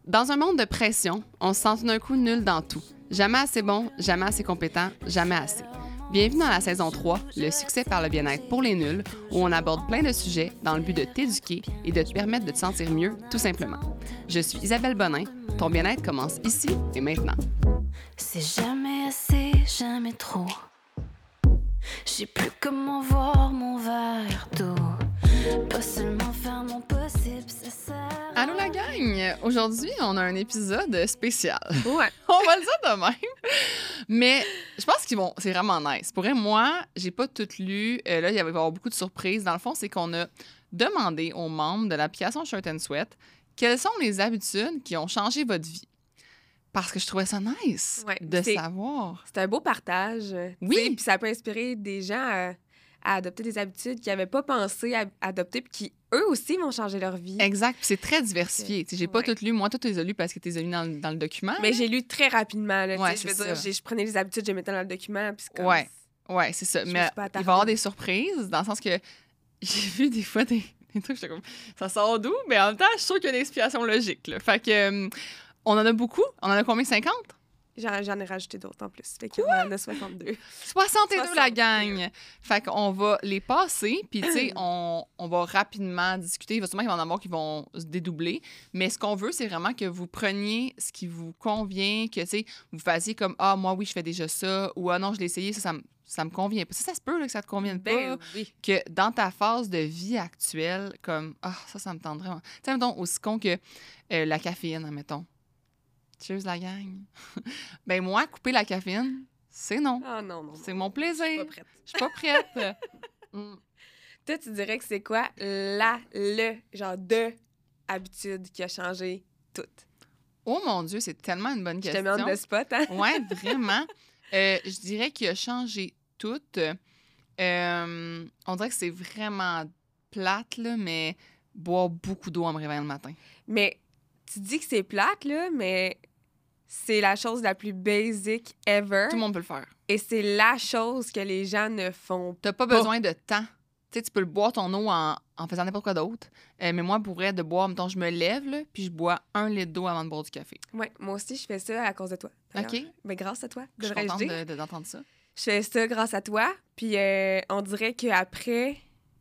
Dans un monde de pression, on se sent tout d'un coup nul dans tout. Jamais assez bon, jamais assez compétent, jamais assez. Bienvenue dans la saison 3, le succès par le bien-être pour les nuls, où on aborde plein de sujets dans le but de t'éduquer et de te permettre de te sentir mieux, tout simplement. Je suis Isabelle Bonin, ton bien-être commence ici et maintenant. C'est jamais assez, jamais trop. Je sais plus comment voir mon verre d'eau. Pas seulement faire mon possible, ça sert. Allô la gang! Aujourd'hui, on a un épisode spécial. Ouais. On va le dire de même. Mais je pense c'est vraiment nice. Pour vrai, moi, j'ai pas tout lu. Là, il va y avoir beaucoup de surprises. Dans le fond, c'est qu'on a demandé aux membres de l'application Shirt & Sweat quelles sont les habitudes qui ont changé votre vie. Parce que je trouvais ça nice de savoir. C'est un beau partage. Oui. Puis ça peut inspirer des gens à adopter des habitudes qu'ils n'avaient pas pensé à adopter puis qui, eux aussi, vont changer leur vie. Exact. Puis c'est très diversifié. J'ai pas tout lu. Moi, tout les as lu parce que tu les as lu dans le document. Mais j'ai lu très rapidement. Là, ouais, je veux dire, je prenais les habitudes, je les mettais dans le document. Puis c'est comme... Ouais, c'est ça. Mais il va y avoir des surprises dans le sens que j'ai vu des fois des trucs, j'étais comme, ça sort d'où? Mais en même temps, je suis sûre qu'il y a une explication logique. Là. Fait que, on en a beaucoup. On en a combien? 50? J'en ai rajouté d'autres en plus. Fait qu'il y en a 62. 62 la gang! Fait qu'on va les passer, puis tu sais, on va rapidement discuter. Il va sûrement y en avoir qui vont se dédoubler. Mais ce qu'on veut, c'est vraiment que vous preniez ce qui vous convient, que tu sais, vous fassiez comme, ah, moi, oui, je fais déjà ça, ou ah non, je l'ai essayé, ça me convient pas. Ça se peut là, que ça te convienne pas. Oui. Que dans ta phase de vie actuelle, comme, ah, ça me tente vraiment. Tu sais, mettons, aussi con que la caféine, admettons. Cheers, la gang. Ben moi, couper la caféine, c'est non. Ah non. C'est mon plaisir. Je suis pas prête. Je suis pas prête. Toi, tu dirais que c'est quoi genre de habitude qui a changé toute? Oh mon Dieu, c'est tellement une bonne question. Je te mets en spot, hein? Ouais, vraiment. Je dirais qu'il a changé tout. On dirait que c'est vraiment plate, là, mais boire beaucoup d'eau en me réveillant le matin. Mais tu dis que c'est plate, là, mais c'est la chose la plus basic ever. Tout le monde peut le faire. Et c'est la chose que les gens ne font pas. T'as pas besoin de temps. Tu sais, tu peux le boire ton eau en faisant n'importe quoi d'autre. Mais moi, pour vrai, de boire, mettons, je me lève, là, puis je bois 1 litre d'eau avant de boire du café. Oui, moi aussi, je fais ça à cause de toi. OK. Mais grâce à toi, Je suis devrais-je contente dire. d'entendre ça. Je fais ça grâce à toi. Puis on dirait qu'après,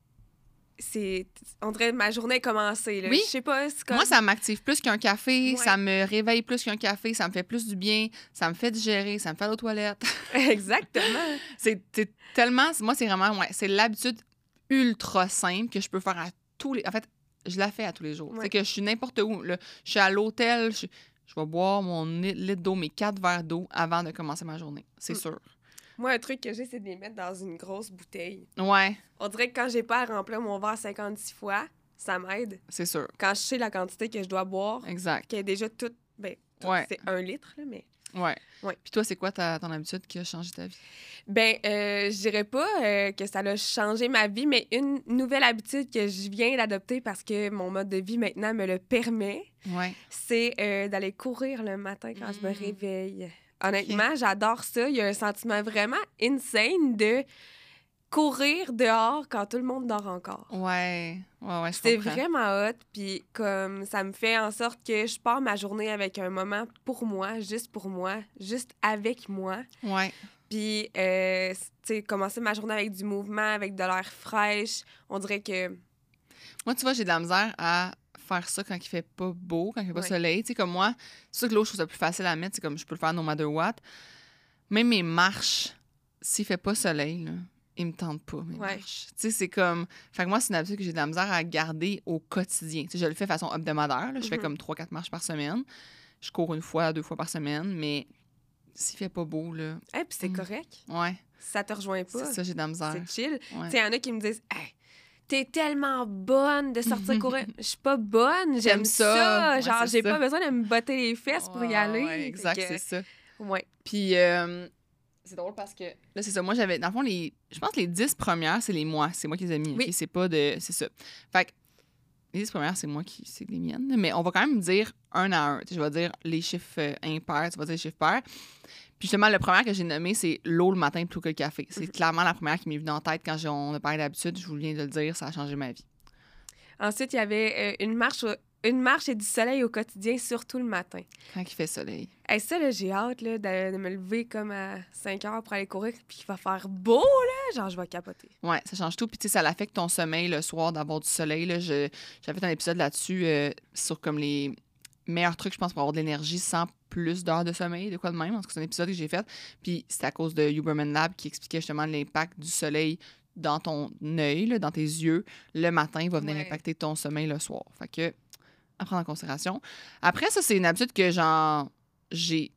on dirait que ma journée est commencée. Là. Oui. Je sais pas, c'est comme... Moi, ça m'active plus qu'un café, Ouais. ça me réveille plus qu'un café, ça me fait plus du bien, ça me fait digérer, ça me fait aller aux toilettes. Exactement. c'est tellement... Moi, c'est vraiment... Ouais, c'est l'habitude ultra simple que je peux faire à tous les... En fait, je la fais à tous les jours. Ouais. C'est que je suis n'importe où. Là. Je suis à l'hôtel, je vais boire mon litre d'eau, mes 4 verres d'eau avant de commencer ma journée. C'est sûr. Moi, un truc que j'ai, c'est de les mettre dans une grosse bouteille. Ouais, On dirait que quand j'ai pas à remplir mon verre 56 fois, ça m'aide. c'est sûr. Quand je sais la quantité que je dois boire, Exact. qui est déjà toute... Ouais. C'est 1 litre, là, mais... Ouais. Ouais. Puis toi, c'est quoi ton habitude qui a changé ta vie? Je dirais pas que ça a changé ma vie, mais une nouvelle habitude que je viens d'adopter parce que mon mode de vie maintenant me le permet, Ouais. c'est d'aller courir le matin quand je me réveille. Honnêtement, j'adore ça. Il y a un sentiment vraiment insane de courir dehors quand tout le monde dort encore. Ouais, je C'est comprends. vraiment hot, puis comme ça me fait en sorte que je pars ma journée avec un moment pour moi, juste avec moi. Ouais. Puis, tu sais, commencer ma journée avec du mouvement, avec de l'air fraîche, on dirait que... Moi, tu vois, j'ai de la misère à faire ça quand il fait pas beau, quand il fait pas Ouais. soleil. Tu sais, comme moi, c'est sûr que l'eau, je trouve ça plus facile à mettre. C'est comme je peux le faire no matter what. Même mes marches, s'il fait pas soleil, là, ils me tentent pas, mes Ouais. marches. Tu sais, c'est comme... Fait que moi, c'est une habitude que j'ai de la misère à garder au quotidien. Tu sais, je le fais de façon hebdomadaire. Là. Je fais comme 3-4 marches par semaine. Je cours 1 fois, 2 fois par semaine, mais s'il fait pas beau, là... Puis c'est correct. Ouais, Ça te rejoint pas. c'est ça, j'ai de la misère. C'est chill. Ouais. Tu sais, il y en a qui me disent « Hey, t'es tellement bonne de sortir courir. » Je suis pas bonne, j'aime ça. Ouais, Genre, c'est j'ai ça. pas besoin de me botter les fesses pour y aller. Ouais, exact, Fait que- c'est ça. Ouais. Puis, c'est drôle parce que, là, c'est ça. Moi, j'avais, dans le fond, je pense que les 10 premières, c'est les mois. C'est moi qui les ai mis. Oui. OK? C'est pas de. C'est ça. Fait que, les 10 premières, c'est les miennes. Mais on va quand même dire un à un. Tu sais, je vais dire les chiffres impairs, tu vas dire les chiffres pairs. Puis justement, le premier que j'ai nommé, c'est l'eau le matin plutôt que le café. C'est clairement la première qui m'est venue en tête quand on a parlé d'habitude. Je vous viens de le dire, ça a changé ma vie. Ensuite, il y avait une marche une marche et du soleil au quotidien, surtout le matin. Quand il fait soleil. Hey, ça, là, j'ai hâte là, de me lever comme à 5 heures pour aller courir, puis il va faire beau, là. Genre, je vais capoter. Ouais, ça change tout. Puis, tu sais, ça affecte ton sommeil le soir d'avoir du soleil. Là. J'avais fait un épisode là-dessus sur comme les meilleurs trucs, je pense, pour avoir de l'énergie sans plus d'heures de sommeil, de quoi de même. En tout cas, c'est un épisode que j'ai fait. Puis, c'est à cause de Huberman Lab qui expliquait justement l'impact du soleil dans ton œil, là, dans tes yeux. Le matin, il va venir impacter ton sommeil le soir. Fait que, à prendre en considération. Après, ça, c'est une habitude que, genre, j'ai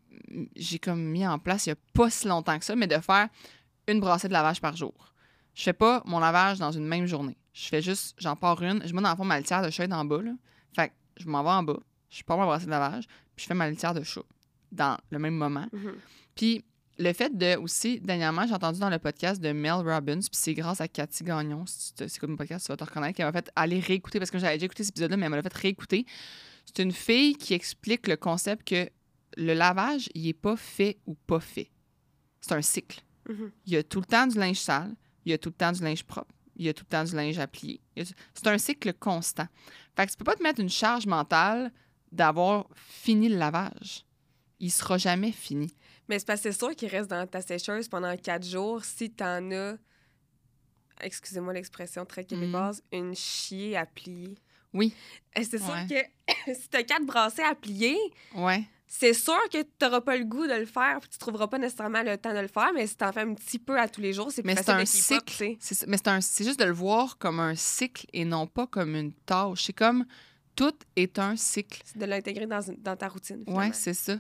comme mis en place il n'y a pas si longtemps que ça, mais de faire une brassée de lavage par jour. Je fais pas mon lavage dans une même journée. Je fais juste, j'en pars une. Je mets dans le fond ma litière de chat en bas, là. Fait que je m'en vais en bas, je pars ma brassée de lavage, puis je fais ma litière de chat dans le même moment. Puis le fait de, aussi, dernièrement, j'ai entendu dans le podcast de Mel Robbins, puis c'est grâce à Cathy Gagnon, c'est comme un podcast, tu vas te reconnaître, qui m'a fait aller réécouter, parce que j'avais déjà écouté cet épisode-là, mais elle m'a fait réécouter. C'est une fille qui explique le concept que le lavage, il n'est pas fait ou pas fait. C'est un cycle. Il y a tout le temps du linge sale, il y a tout le temps du linge propre, il y a tout le temps du linge à plier. C'est un cycle constant. Fait que tu peux pas te mettre une charge mentale d'avoir fini le lavage. Il sera jamais fini. Mais c'est parce que c'est sûr qu'il reste dans ta sécheuse pendant 4 jours si t'en as, excusez-moi l'expression très québécoise, une chier à plier. Oui. Et c'est sûr que si t'as 4 brassées à plier, c'est sûr que t'auras pas le goût de le faire puis tu trouveras pas nécessairement le temps de le faire, mais si t'en fais un petit peu à tous les jours, c'est plus facile de keep up, mais c'est juste de le voir comme un cycle et non pas comme une tâche. C'est comme tout est un cycle. C'est de l'intégrer dans ta routine. Oui, c'est ça.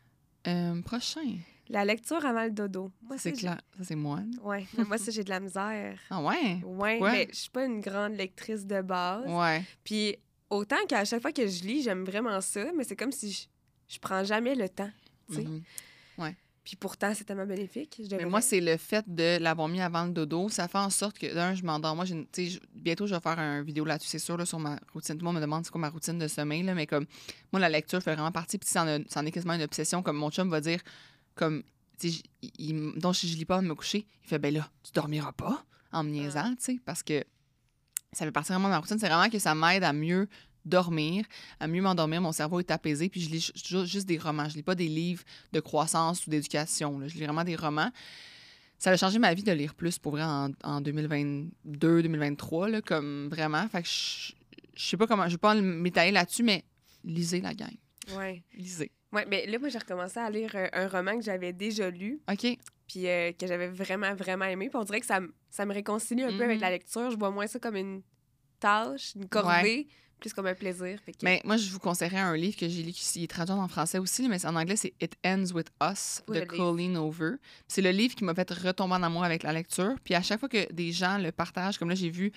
Prochain. La lecture avant le dodo. Moi, c'est clair. Ça, c'est moi. Oui, mais moi, ça, j'ai de la misère. Ah ouais? Oui, mais je suis pas une grande lectrice de base. Ouais. Puis autant qu'à chaque fois que je lis, j'aime vraiment ça, mais c'est comme si je prends jamais le temps, tu sais. Ouais. Puis pourtant, c'est tellement bénéfique. Mais moi, c'est le fait de l'avoir mis avant le dodo. Ça fait en sorte que, d'un, je m'endors. Moi, bientôt, je vais faire une vidéo là-dessus, c'est sûr, là, sur ma routine. Tout le monde me demande c'est quoi ma routine de sommeil, là, mais comme, moi, la lecture fait vraiment partie. Puis c'en est quasiment une obsession. Comme mon chum va dire, comme, tu sais, donc si je lis pas avant de me coucher, il fait, ben là, tu dormiras pas en me niaisant, tu sais, parce que ça fait partie vraiment de ma routine. C'est vraiment que ça m'aide à mieux dormir, à mieux m'endormir, mon cerveau est apaisé, puis je lis juste des romans. Je lis pas des livres de croissance ou d'éducation, là. Je lis vraiment des romans. Ça a changé ma vie de lire plus, pour vrai, en 2022, 2023, là, comme vraiment. Fait que je sais pas comment, je vais pas m'étaler là-dessus, mais lisez la gang. Ouais. Lisez. Ouais, mais là, moi, j'ai recommencé à lire un roman que j'avais déjà lu. OK. Puis que j'avais vraiment, vraiment aimé. Puis on dirait que ça me réconcilie un peu avec la lecture. Je vois moins ça comme une tâche, une corvée, plus comme un plaisir. Fait que... Mais moi, je vous conseillerais un livre que j'ai lu qui est traduit en français aussi, mais en anglais, c'est It Ends With Us de Colleen Hoover. C'est le livre qui m'a fait retomber en amour avec la lecture. Puis à chaque fois que des gens le partagent, comme là, j'ai vu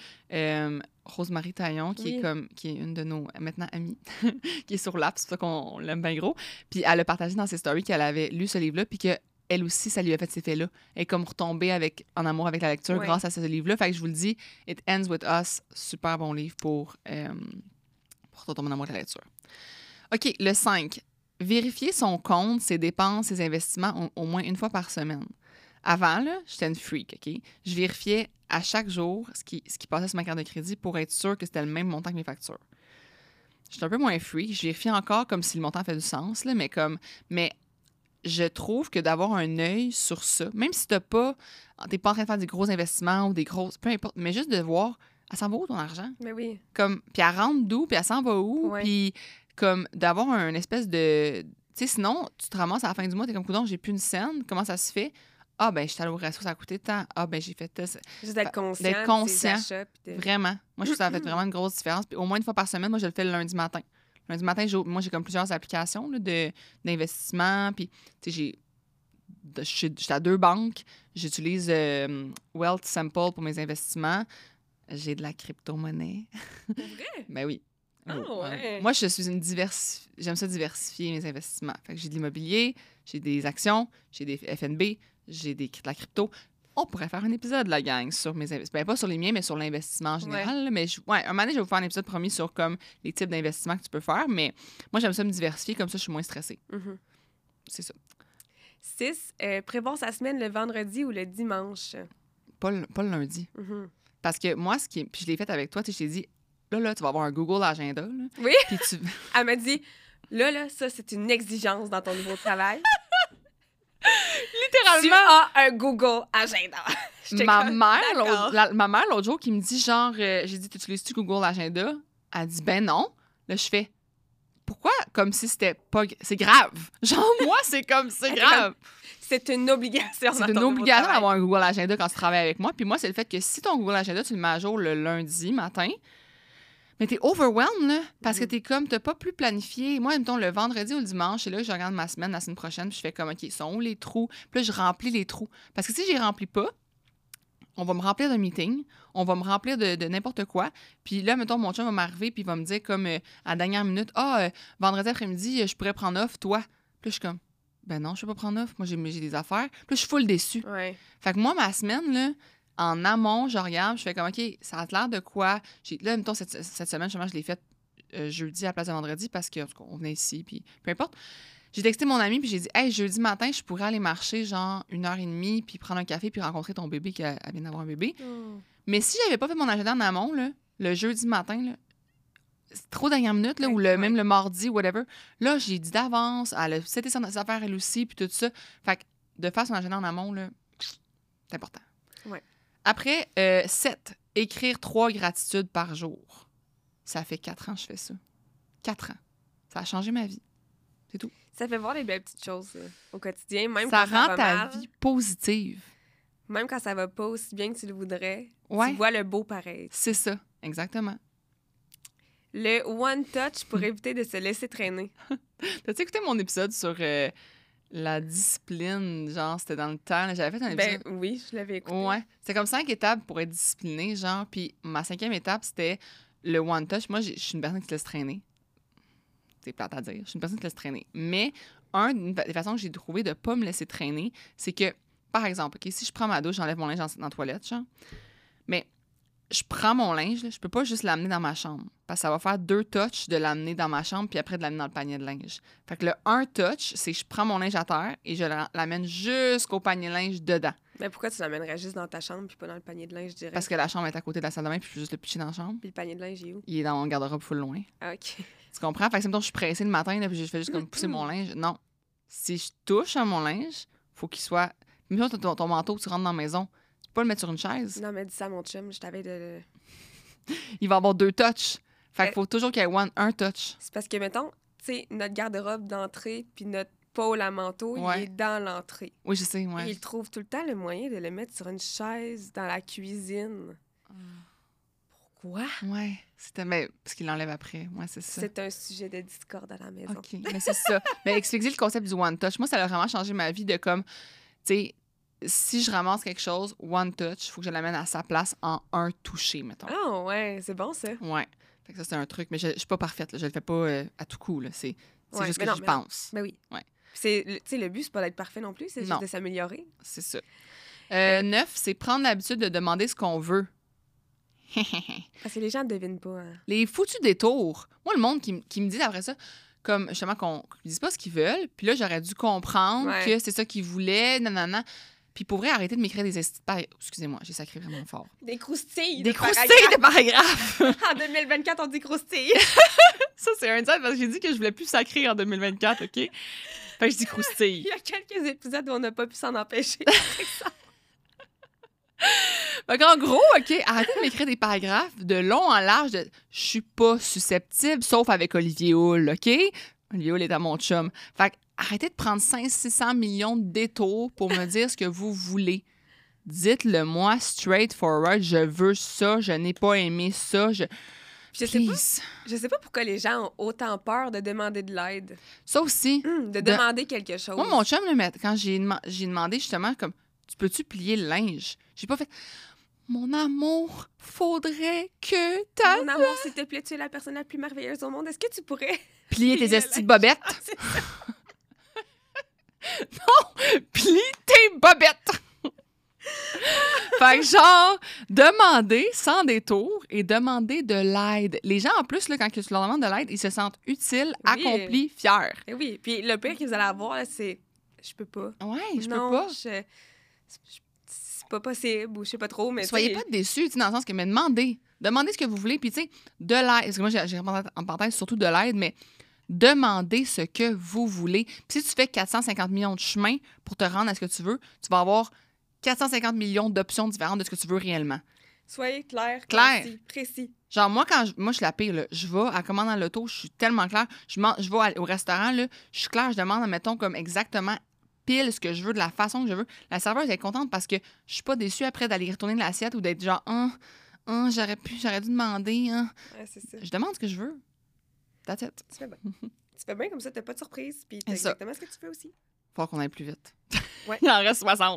Rosemary Taillon, qui est une de nos maintenant amies, qui est sur l'app, c'est pour ça qu'on l'aime bien gros. Puis elle a partagé dans ses stories qu'elle avait lu ce livre-là, puis que elle aussi, ça lui a fait cet effet-là. Elle est comme retombée en amour avec la lecture grâce à ce livre-là. Fait que je vous le dis, It Ends With Us, super bon livre pour retomber en amour avec la lecture. OK, le 5. Vérifier son compte, ses dépenses, ses investissements au moins une fois par semaine. Avant, là, j'étais une freak, OK? Je vérifiais à chaque jour ce qui passait sur ma carte de crédit pour être sûre que c'était le même montant que mes factures. J'étais un peu moins freak. Je vérifiais encore comme si le montant fait du sens, là, mais je trouve que d'avoir un œil sur ça, même si t'es pas en train de faire des gros investissements ou des grosses... Peu importe, mais juste de voir, elle s'en va où ton argent? Mais oui. Comme, puis elle rentre d'où, puis elle s'en va où? Puis comme d'avoir un espèce de... Tu sais, sinon, tu te ramasses à la fin du mois, t'es comme, coudonc, j'ai plus une scène, comment ça se fait? Ah, ben, je suis allée au resto, ça a coûté tant. Ah, ben, j'ai fait ça. Juste d'être conscient. De ses achats, vraiment. Moi, je trouve que ça a fait vraiment une grosse différence. Puis au moins une fois par semaine, moi, je le fais le lundi matin. Lundi matin, moi, j'ai comme plusieurs applications là, d'investissement. Puis, tu sais, j'étais à 2 banques. J'utilise Wealth Simple pour mes investissements. J'ai de la crypto-monnaie. C'est vrai? Ben oui. Oh, ouais. Moi, je suis j'aime ça diversifier mes investissements. Fait que j'ai de l'immobilier, j'ai des actions, j'ai des FNB, j'ai de la crypto. On pourrait faire un épisode, la gang, sur mes investissements. Ben, pas sur les miens, mais sur l'investissement en général. Mais un moment donné, je vais vous faire un épisode promis sur comme les types d'investissements que tu peux faire. Mais moi, j'aime ça me diversifier, comme ça, je suis moins stressée. Mm-hmm. C'est ça. 6. Prévoir sa semaine le vendredi ou le dimanche. Pas le lundi. Mm-hmm. Parce que moi, puis je l'ai fait avec toi, tu sais, je t'ai dit, là, tu vas avoir un Google Agenda. Là, Oui. puis tu... Elle m'a dit, là, ça, c'est une exigence dans ton nouveau travail. Tu Littéralement, as un Google Agenda. J'étais ma comme, mère, d'accord. ma mère, l'autre jour, qui me dit genre, j'ai dit, t'utilises-tu Google Agenda? Elle dit, ben non. Là, je fais, pourquoi? Comme si c'était pas... C'est grave. Genre, moi, c'est comme, c'est grave. C'est une obligation. C'est dans une ton nouveau obligation travail. d'avoir un Google Agenda quand tu travailles avec moi. Puis moi, c'est le fait que si ton Google Agenda, tu le mets à jour le lundi matin, mais t'es overwhelmed, là, parce que t'es comme, t'as pas plus planifié. Moi, mettons, le vendredi ou le dimanche, c'est là que je regarde ma semaine, la semaine prochaine, puis je fais comme, OK, sont où les trous? Puis là, je remplis les trous. Parce que si je les remplis pas, on va me remplir de meeting, on va me remplir de n'importe quoi. Puis là, mettons, mon chum va m'arriver, puis il va me dire, comme à la dernière minute, vendredi après-midi, je pourrais prendre off, toi. Puis là, je suis comme, ben non, je peux pas prendre off. Moi, j'ai des affaires. Puis là, je suis full déçue. Ouais. Fait que moi, ma semaine, là, en amont, je regarde, je fais comme, OK, ça a l'air de quoi? Là, mettons, cette semaine, justement, je l'ai faite jeudi à la place de vendredi parce qu'on venait ici, puis peu importe. J'ai texté mon ami, puis j'ai dit, hey, jeudi matin, je pourrais aller marcher, genre, 1h30, puis prendre un café, puis rencontrer ton bébé qui vient d'avoir un bébé. Mais si j'avais pas fait mon agenda en amont, là, le jeudi matin, là, c'est trop dernière minute, là, ou même le mardi, whatever, là, j'ai dit d'avance, elle a c'était ses affaires, elle aussi, puis tout ça. Fait que de faire son agenda en amont, là, c'est important. Ouais. Après, 7, écrire 3 gratitudes par jour. Ça fait 4 ans que je fais ça. 4 ans. Ça a changé ma vie. C'est tout. Ça fait voir les belles petites choses au quotidien, même Ça quand ça rend va ta mal, vie positive. même quand ça va pas aussi bien que tu le voudrais. Ouais. Tu vois le beau pareil. C'est ça, exactement. Le one touch pour éviter de se laisser traîner. T'as-tu écouté mon épisode sur la discipline? Genre, c'était dans le temps. là, J'avais fait un épisode. Ben oui, je l'avais écouté. Ouais. C'est comme 5 étapes pour être discipliné, genre. Puis ma 5e étape, c'était le one touch. Moi, je suis une personne qui se laisse traîner. C'est plate à dire. Je suis une personne qui se laisse traîner. Mais une des façons que j'ai trouvé de ne pas me laisser traîner, c'est que, par exemple, OK, si je prends ma douche, j'enlève mon linge dans la toilette, genre. Mais je prends mon linge, là, je peux pas juste l'amener dans ma chambre. Parce que ça va faire 2 touches de l'amener dans ma chambre puis après de l'amener dans le panier de linge. Fait que le 1 touch, c'est que je prends mon linge à terre et je l'amène jusqu'au panier de linge dedans. Mais pourquoi tu l'amènerais juste dans ta chambre puis pas dans le panier de linge direct? Parce que la chambre est à côté de la salle de bain puis je peux juste le pitcher dans la chambre. Puis le panier de linge, il est où? Il est dans mon garde-robe full loin. Ah, OK. Tu comprends? Fait que c'est mettons, je suis pressée le matin là, puis je fais juste comme pousser mon linge. Non. Si je touche à mon linge, faut qu'il soit... Même si ton manteau, tu rentres dans la maison, tu peux pas le mettre sur une chaise. Non, mais dis ça à mon chum, je t'avais de... Il va avoir 2 touches. Fait qu'il faut toujours qu'il y ait un touch. C'est parce que, mettons, tu sais, notre garde-robe d'entrée puis notre pôle à manteau, il est dans l'entrée. Oui, je sais, ouais. Et il trouve tout le temps le moyen de le mettre sur une chaise dans la cuisine. Pourquoi? Ouais. Mais parce qu'il l'enlève après. Ouais, c'est ça. C'est un sujet de discorde à la maison. OK, mais c'est ça. Mais expliquez le concept du one touch. Moi, ça a vraiment changé ma vie de comme, tu sais, si je ramasse quelque chose, one touch, il faut que je l'amène à sa place en un toucher, mettons. Ah ouais, c'est bon ça. Ouais. Fait que ça, c'est un truc. Mais je suis pas parfaite, là. Je le fais pas à tout coup, là. C'est juste que j'y pense. Ben oui. Ouais. Tu sais, le but, c'est pas d'être parfait non plus, c'est juste de s'améliorer. C'est ça. 9, c'est prendre l'habitude de demander ce qu'on veut. Parce que les gens ne devinent pas. Hein. Les foutus détours. Moi, le monde qui me dit après ça, comme justement qu'on ne dise pas ce qu'ils veulent, puis là, j'aurais dû comprendre que c'est ça qu'ils voulaient, nanana. Puis pour vrai, arrêter de m'écrire des excusez-moi, j'ai sacré vraiment fort. Des croustilles. Des croustilles de paragraphes. En 2024, on dit croustilles. Ça, c'est un titre parce que j'ai dit que je voulais plus sacrer en 2024, OK? Fait que je dis croustilles. Il y a quelques épisodes où on n'a pas pu s'en empêcher. Fait qu'en gros, OK, arrêtez de m'écrire des paragraphes de long en large de « je suis pas susceptible », sauf avec Olivier Hull, OK? Olivier Hull est à mon chum. Fait que arrêtez de prendre 500-600 millions de détours pour me dire ce que vous voulez. Dites-le moi straightforward, je veux ça, je n'ai pas aimé ça, je sais pas pourquoi les gens ont autant peur de demander de l'aide. Ça aussi. De demander quelque chose. Moi, mon chum, là, quand j'ai demandé justement, comme, tu peux-tu plier le linge? J'ai pas fait, mon amour, faudrait que ta... Mon amour, s'il te plaît, tu es la personne la plus merveilleuse au monde. Est-ce que tu pourrais... plier tes estis de bobettes? Ah, c'est ça. Non! Plie tes bobettes! Fait que genre, demander sans détour et demander de l'aide. Les gens, en plus, là, quand tu leur demandes de l'aide, ils se sentent utiles, accomplis, fiers. Et oui, puis le pire que vous allez avoir, là, c'est « je peux pas ». Ouais, je non, peux pas. C'est pas possible ou je sais pas trop, mais soyez pas déçus, dans le sens que, mais demandez Demandez ce que vous voulez, puis tu sais, de l'aide. Parce que moi, j'ai en parenthèse surtout de l'aide, mais demandez ce que vous voulez. Puis si tu fais 450 millions de chemins pour te rendre à ce que tu veux, tu vas avoir 450 millions d'options différentes de ce que tu veux réellement. Soyez clair, précis. Genre, moi, moi, je suis la pire, là. Je vais à commande dans l'auto, je suis tellement claire. Je vais au restaurant, là, je suis claire, je demande, mettons, comme exactement pile ce que je veux, de la façon que je veux. La serveuse est contente parce que je suis pas déçue après d'aller retourner de l'assiette ou d'être genre, j'aurais dû demander. Ouais, c'est ça. Je demande ce que je veux. That's it. Tu fais bien. Tu fais bien comme ça, t'as pas de surprise, puis t'as C'est ça. exactement ce que tu fais aussi. Faut qu'on aille plus vite. Ouais. Il en reste 60.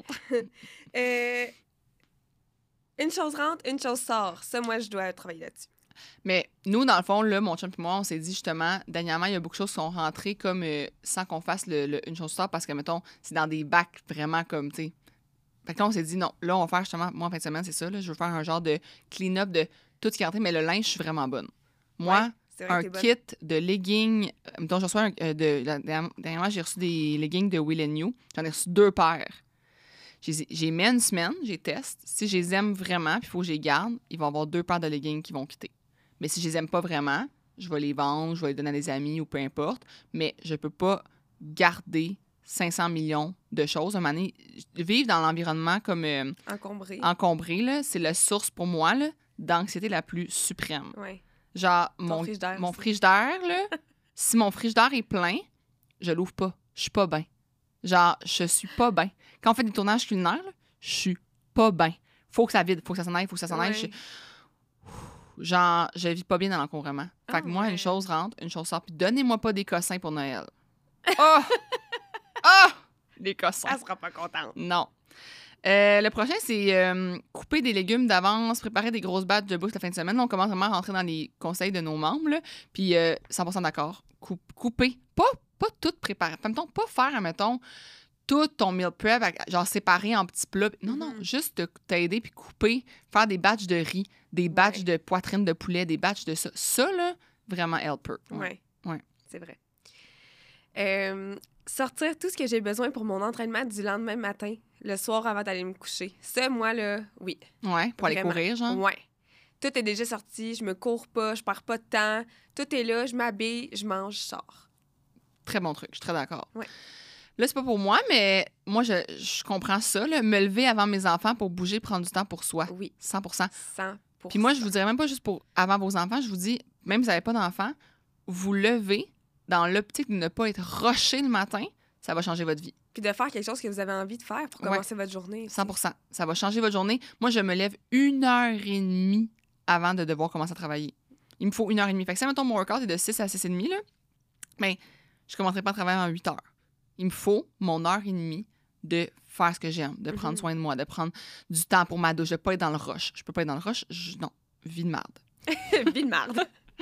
Une chose rentre, une chose sort. Ça, moi, je dois travailler là-dessus. Mais nous, dans le fond, là, mon chum et moi, on s'est dit justement, dernièrement, il y a beaucoup de choses qui sont rentrées comme sans qu'on fasse une chose sort parce que, mettons, c'est dans des bacs vraiment comme, tu sais. Fait que là, on s'est dit non. Là, on va faire justement, moi, en fin de semaine, c'est ça, là, je veux faire un genre de clean-up de tout ce qui est rentré, mais le linge, je suis vraiment bonne. Moi, c'est vrai un que t'es kit de leggings, mettons, je reçois dernièrement, j'ai reçu des leggings de Will & You. J'en ai reçu 2 paires. J'ai mis une semaine, j'ai teste. Si je les aime vraiment, puis il faut que je les garde, il va y avoir 2 paires de leggings qui vont quitter. Mais si je les aime pas vraiment, je vais les vendre, je vais les donner à des amis ou peu importe. Mais je peux pas garder 500 millions de choses. Un moment donné, vivre dans l'environnement comme encombré là, c'est la source pour moi là, d'anxiété la plus suprême. Ouais. Genre, mon frigidaire, là, si mon frigidaire est plein, je l'ouvre pas. Je suis pas bien. Genre, je suis pas bien. Quand on fait des tournages culinaires, là, je suis pas bien. Faut que ça vide, faut que ça s'en aille, faut que ça s'en aille. Genre, je vis pas bien dans l'encombrement. Fait que moi, une chose rentre, une chose sort. Puis donnez-moi pas des cossins pour Noël. Oh! Oh! Les cossins. Elle sera pas contente. Non. Le prochain, c'est couper des légumes d'avance, préparer des grosses batches de bouffe la fin de semaine. Là, on commence vraiment à rentrer dans les conseils de nos membres. Là. Puis 100% d'accord. Couper. Pas tout préparer. Mettons, pas faire, mettons, tout ton meal prep, genre séparé en petits plats. Non, juste t'aider puis couper, faire des batchs de riz, des batchs de poitrine de poulet, des batchs de ça. Ça, là, vraiment helper. Ouais. Ouais. C'est vrai. Sortir tout ce que j'ai besoin pour mon entraînement du lendemain matin, le soir avant d'aller me coucher. Ça, moi, là, oui. Ouais, pour aller courir, genre. Ouais. Tout est déjà sorti, je me cours pas, je perds pas de temps. Tout est là, je m'habille, je mange, je sors. Très bon truc, je suis très d'accord. Ouais. Là, c'est pas pour moi, mais moi, je comprends ça. Là, me lever avant mes enfants pour bouger, prendre du temps pour soi. Oui. 100%. 100%. Puis moi, je vous dirais même pas juste pour avant vos enfants, je vous dis, même si vous n'avez pas d'enfants, vous levez dans l'optique de ne pas être rushé le matin, ça va changer votre vie. Puis de faire quelque chose que vous avez envie de faire pour commencer votre journée. 100%. Ça va changer votre journée. Moi, je me lève 1h30 avant de devoir commencer à travailler. Il me faut 1h30. Fait que si, mettons, mon workout est de 6 à 6h30, là, mais je ne commencerai pas à travailler en 8 heures. Il me faut mon heure et demie de faire ce que j'aime, de prendre soin de moi, de prendre du temps pour ma douche, de ne pas être dans le rush. Je peux pas être dans le rush. Non, vie de marde. Vie de marde.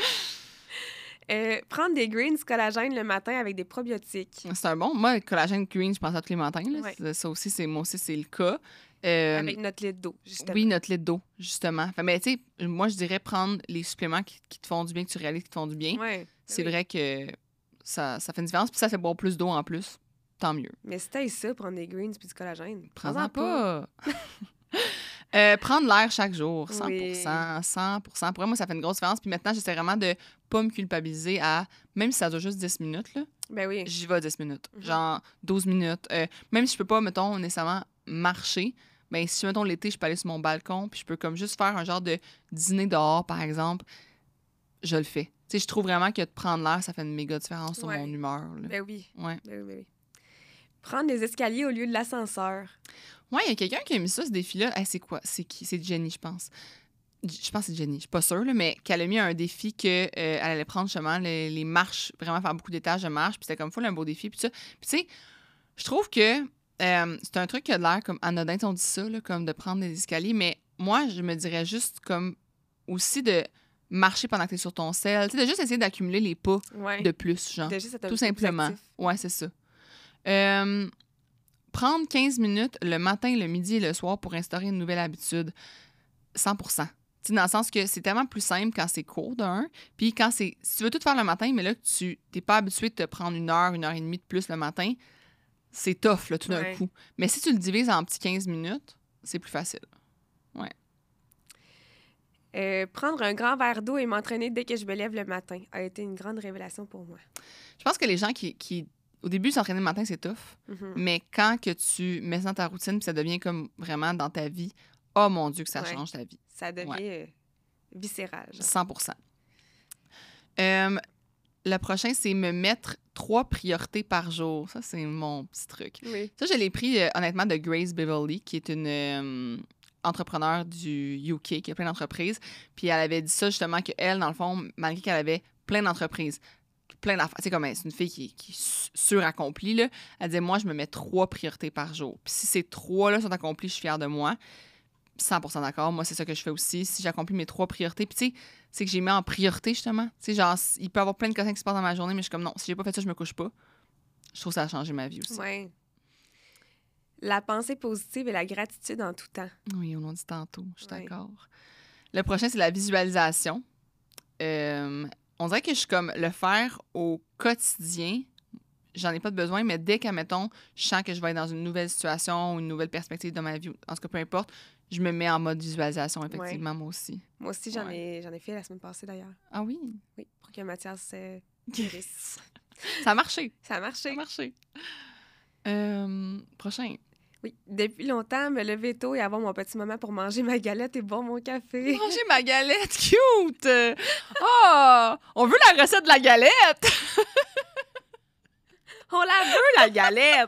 Prendre des greens collagène le matin avec des probiotiques. C'est un bon. Moi, le collagène green, je pense à tous les matins. Là. Ouais. Ça aussi, moi aussi, c'est le cas. Avec notre litre d'eau, justement. Oui, notre litre d'eau, justement. Enfin, mais tu sais, moi, je dirais prendre les suppléments qui te font du bien, que tu réalises qui te font du bien. Ouais, c'est vrai que ça fait une différence. Puis ça fait boire plus d'eau en plus. Tant mieux. Mais si t'as ça, prendre des greens puis du collagène, prends-en pas. Prendre l'air chaque jour, 100%. Oui. 100%. Pour moi, ça fait une grosse différence. Puis maintenant, j'essaie vraiment de pas me culpabiliser à... Même si ça dure juste 10 minutes, là, ben oui. j'y vais 10 minutes. Genre 12 minutes. Même si je peux pas, mettons, nécessairement marcher, ben si, mettons, l'été, je peux aller sur mon balcon puis je peux comme juste faire un genre de dîner dehors, par exemple, je le fais. Tu sais, je trouve vraiment que de prendre l'air, ça fait une méga différence sur mon humeur. Là. Ben oui. Ouais. Ben oui. Prendre des escaliers au lieu de l'ascenseur. Ouais, il y a quelqu'un qui a mis ça, ce défi-là. Hey, c'est quoi? C'est qui? C'est Jenny, je pense. Je pense que c'est Jenny. Je suis pas sûre, là, mais qu'elle a mis un défi qu'elle allait prendre justement les marches, vraiment faire beaucoup d'étages de marche. Puis c'était comme full un beau défi. Puis ça. Puis tu sais, je trouve que c'est un truc qui a l'air comme anodin, on dit ça, là, comme de prendre des escaliers. Mais moi, je me dirais juste comme aussi de marcher pendant que tu es sur ton sel. Tu sais, de juste essayer d'accumuler les pas de plus, genre. Tout simplement. Ouais, c'est ça. Prendre 15 minutes le matin, le midi et le soir pour instaurer une nouvelle habitude. 100%. T'sais, dans le sens que c'est tellement plus simple quand c'est court, d'un. Puis quand c'est... Si tu veux tout faire le matin, mais là, tu n'es pas habitué de te prendre 1 heure et demie de plus le matin, c'est tough, là, tout d'un coup. Mais si tu le divises en petits 15 minutes, c'est plus facile. Ouais. Prendre un grand verre d'eau et m'entraîner dès que je me lève le matin a été une grande révélation pour moi. Je pense que les gens qui au début, s'entraîner le matin, c'est tough. Mais quand que tu mets ça dans ta routine, puis ça devient comme vraiment dans ta vie, oh mon Dieu que ça change ta vie. Ça devient viscéral. 100%. Le prochain, c'est me mettre 3 priorités par jour. Ça, c'est mon petit truc. Oui. Ça, je l'ai pris honnêtement de Grace Beverly, qui est une entrepreneure du UK, qui a plein d'entreprises. Puis elle avait dit ça justement qu'elle, dans le fond, malgré qu'elle avait plein d'entreprises, plein d'affaires, c'est comme c'est une fille qui est suraccomplie, là. Elle disait, moi, je me mets 3 priorités par jour. Puis si ces 3-là sont accomplies, je suis fière de moi. 100% d'accord. Moi, c'est ça que je fais aussi. Si j'accomplis mes 3 priorités, puis tu sais, c'est que j'ai mis en priorité, justement. Tu sais, genre, il peut y avoir plein de cosins qui se passent dans ma journée, mais je suis comme, non, si j'ai pas fait ça, je me couche pas. Je trouve que ça a changé ma vie aussi. Oui. La pensée positive et la gratitude en tout temps. Oui, on l'a dit tantôt. Je suis d'accord. Le prochain, c'est la visualisation. On dirait que je suis comme le faire au quotidien. J'en ai pas de besoin, mais dès qu'admettons, je sens que je vais être dans une nouvelle situation ou une nouvelle perspective de ma vie, en tout cas, peu importe, je me mets en mode visualisation, effectivement, moi aussi. Moi aussi, j'en ai fait la semaine passée, d'ailleurs. Ah oui? Oui, pour que Mathias guérisse. Ça a marché. Ça a marché. Ça a marché. Prochain. Oui, depuis longtemps, me lever tôt et avoir mon petit moment pour manger ma galette et boire mon café. Manger ma galette, cute! Oh! On veut la recette de la galette! On la veut, la galette!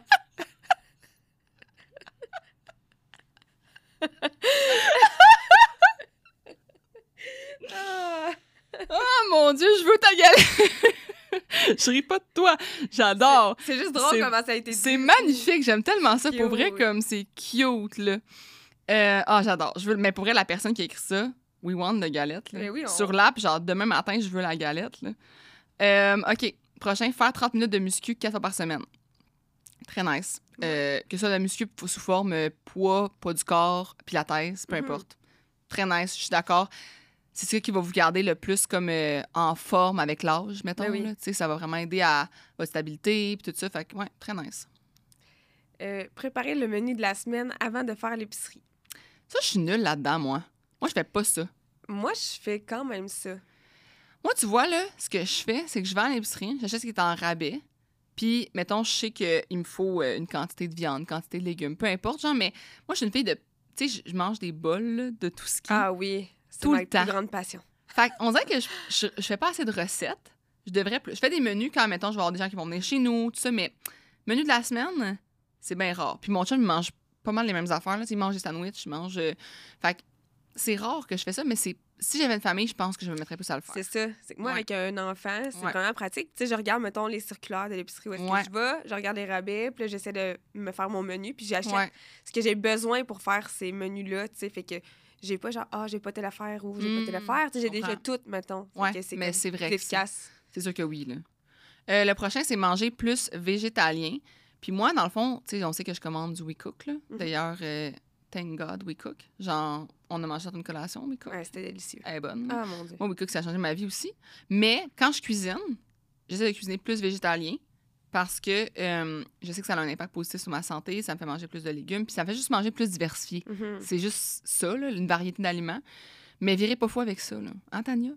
Oh mon Dieu, je veux ta galette! Je ris pas de toi. J'adore. C'est juste drôle comment ça a été dit. C'est magnifique. J'aime tellement ça. Cute. Pour vrai, comme c'est cute, là. J'adore. Mais pour vrai, la personne qui a écrit ça, we want the galette, là. Oui, sur l'app, genre, demain matin, je veux la galette, là. OK. Prochain, faire 30 minutes de muscu 4 fois par semaine. Très nice. Que ça soit de la muscu sous forme poids du corps, pilates, peu importe. Très nice, je suis d'accord. C'est ça qui va vous garder le plus comme en forme avec l'âge, mettons. Oui. Là. Ça va vraiment aider à votre stabilité et tout ça. Fait que, ouais, très nice. Préparer le menu de la semaine avant de faire l'épicerie. Ça, je suis nulle là-dedans, moi. Moi, je fais pas ça. Moi, je fais quand même ça. Moi, tu vois, là, ce que je fais, c'est que je vais à l'épicerie, j'achète ce qui est en rabais, puis, mettons, je sais qu'il me faut une quantité de viande, une quantité de légumes, peu importe, genre, mais moi, je suis une fille de... Tu sais, je mange des bols là, de tout ce qui... Ah oui, c'est tout ma le temps. plus grande passion. Fait qu'on dirait que je fais pas assez de recettes. Je devrais plus. Je fais des menus quand, mettons, je vais avoir des gens qui vont venir chez nous, tout ça, mais menu de la semaine, c'est bien rare. Puis mon chum, il mange pas mal les mêmes affaires, là. Il mange des sandwichs, il mange... Fait que c'est rare que je fais ça, mais c'est... Si j'avais une famille, je pense que je me mettrais plus à le faire. C'est ça. C'est que moi, avec un enfant, c'est vraiment pratique. Tu sais, je regarde, mettons, les circulaires de l'épicerie où est-ce que je vais, je regarde les rabais, puis là, j'essaie de me faire mon menu, puis j'achète ce que j'ai besoin pour faire ces menus-là, tu sais, fait que j'ai pas genre, j'ai pas telle affaire ou j'ai pas telle affaire, tu sais, j'ai déjà tout, mettons. Ouais, mais c'est vrai que efficace. C'est sûr que oui, là. Le prochain, c'est manger plus végétalien. Puis moi, dans le fond, tu sais, on sait que je commande du WeCook, là. D'ailleurs... Thank God, WeCook. Genre, on a mangé une collation, WeCook. Ouais, c'était délicieux. Elle est bonne. Ah, mon Dieu. Moi, WeCook, ça a changé ma vie aussi. Mais quand je cuisine, j'essaie de cuisiner plus végétalien parce que je sais que ça a un impact positif sur ma santé, ça me fait manger plus de légumes, puis ça me fait juste manger plus diversifié. C'est juste ça, là, une variété d'aliments. Mais virez pas fou avec ça, là. Hein, Tania?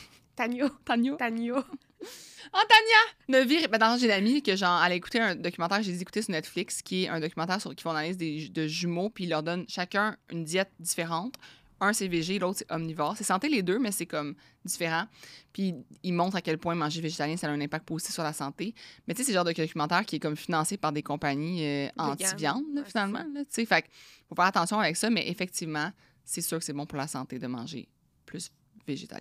Tania. Oh, Tania! Ne virez... Ben, j'ai une amie que, genre, elle a écouté un documentaire que j'ai écouté sur Netflix, qui est un documentaire qui font l'analyse de jumeaux, puis ils leur donnent chacun une diète différente. Un, c'est végé, l'autre, c'est omnivore. C'est santé les deux, mais c'est comme différent. Puis ils montrent à quel point manger végétalien, ça a un impact positif sur la santé. Mais tu sais, c'est le genre de documentaire qui est comme financé par des compagnies anti-viande, là, finalement. Tu sais, fait qu'il faut faire attention avec ça, mais effectivement, c'est sûr que c'est bon pour la santé de manger plus végétalien.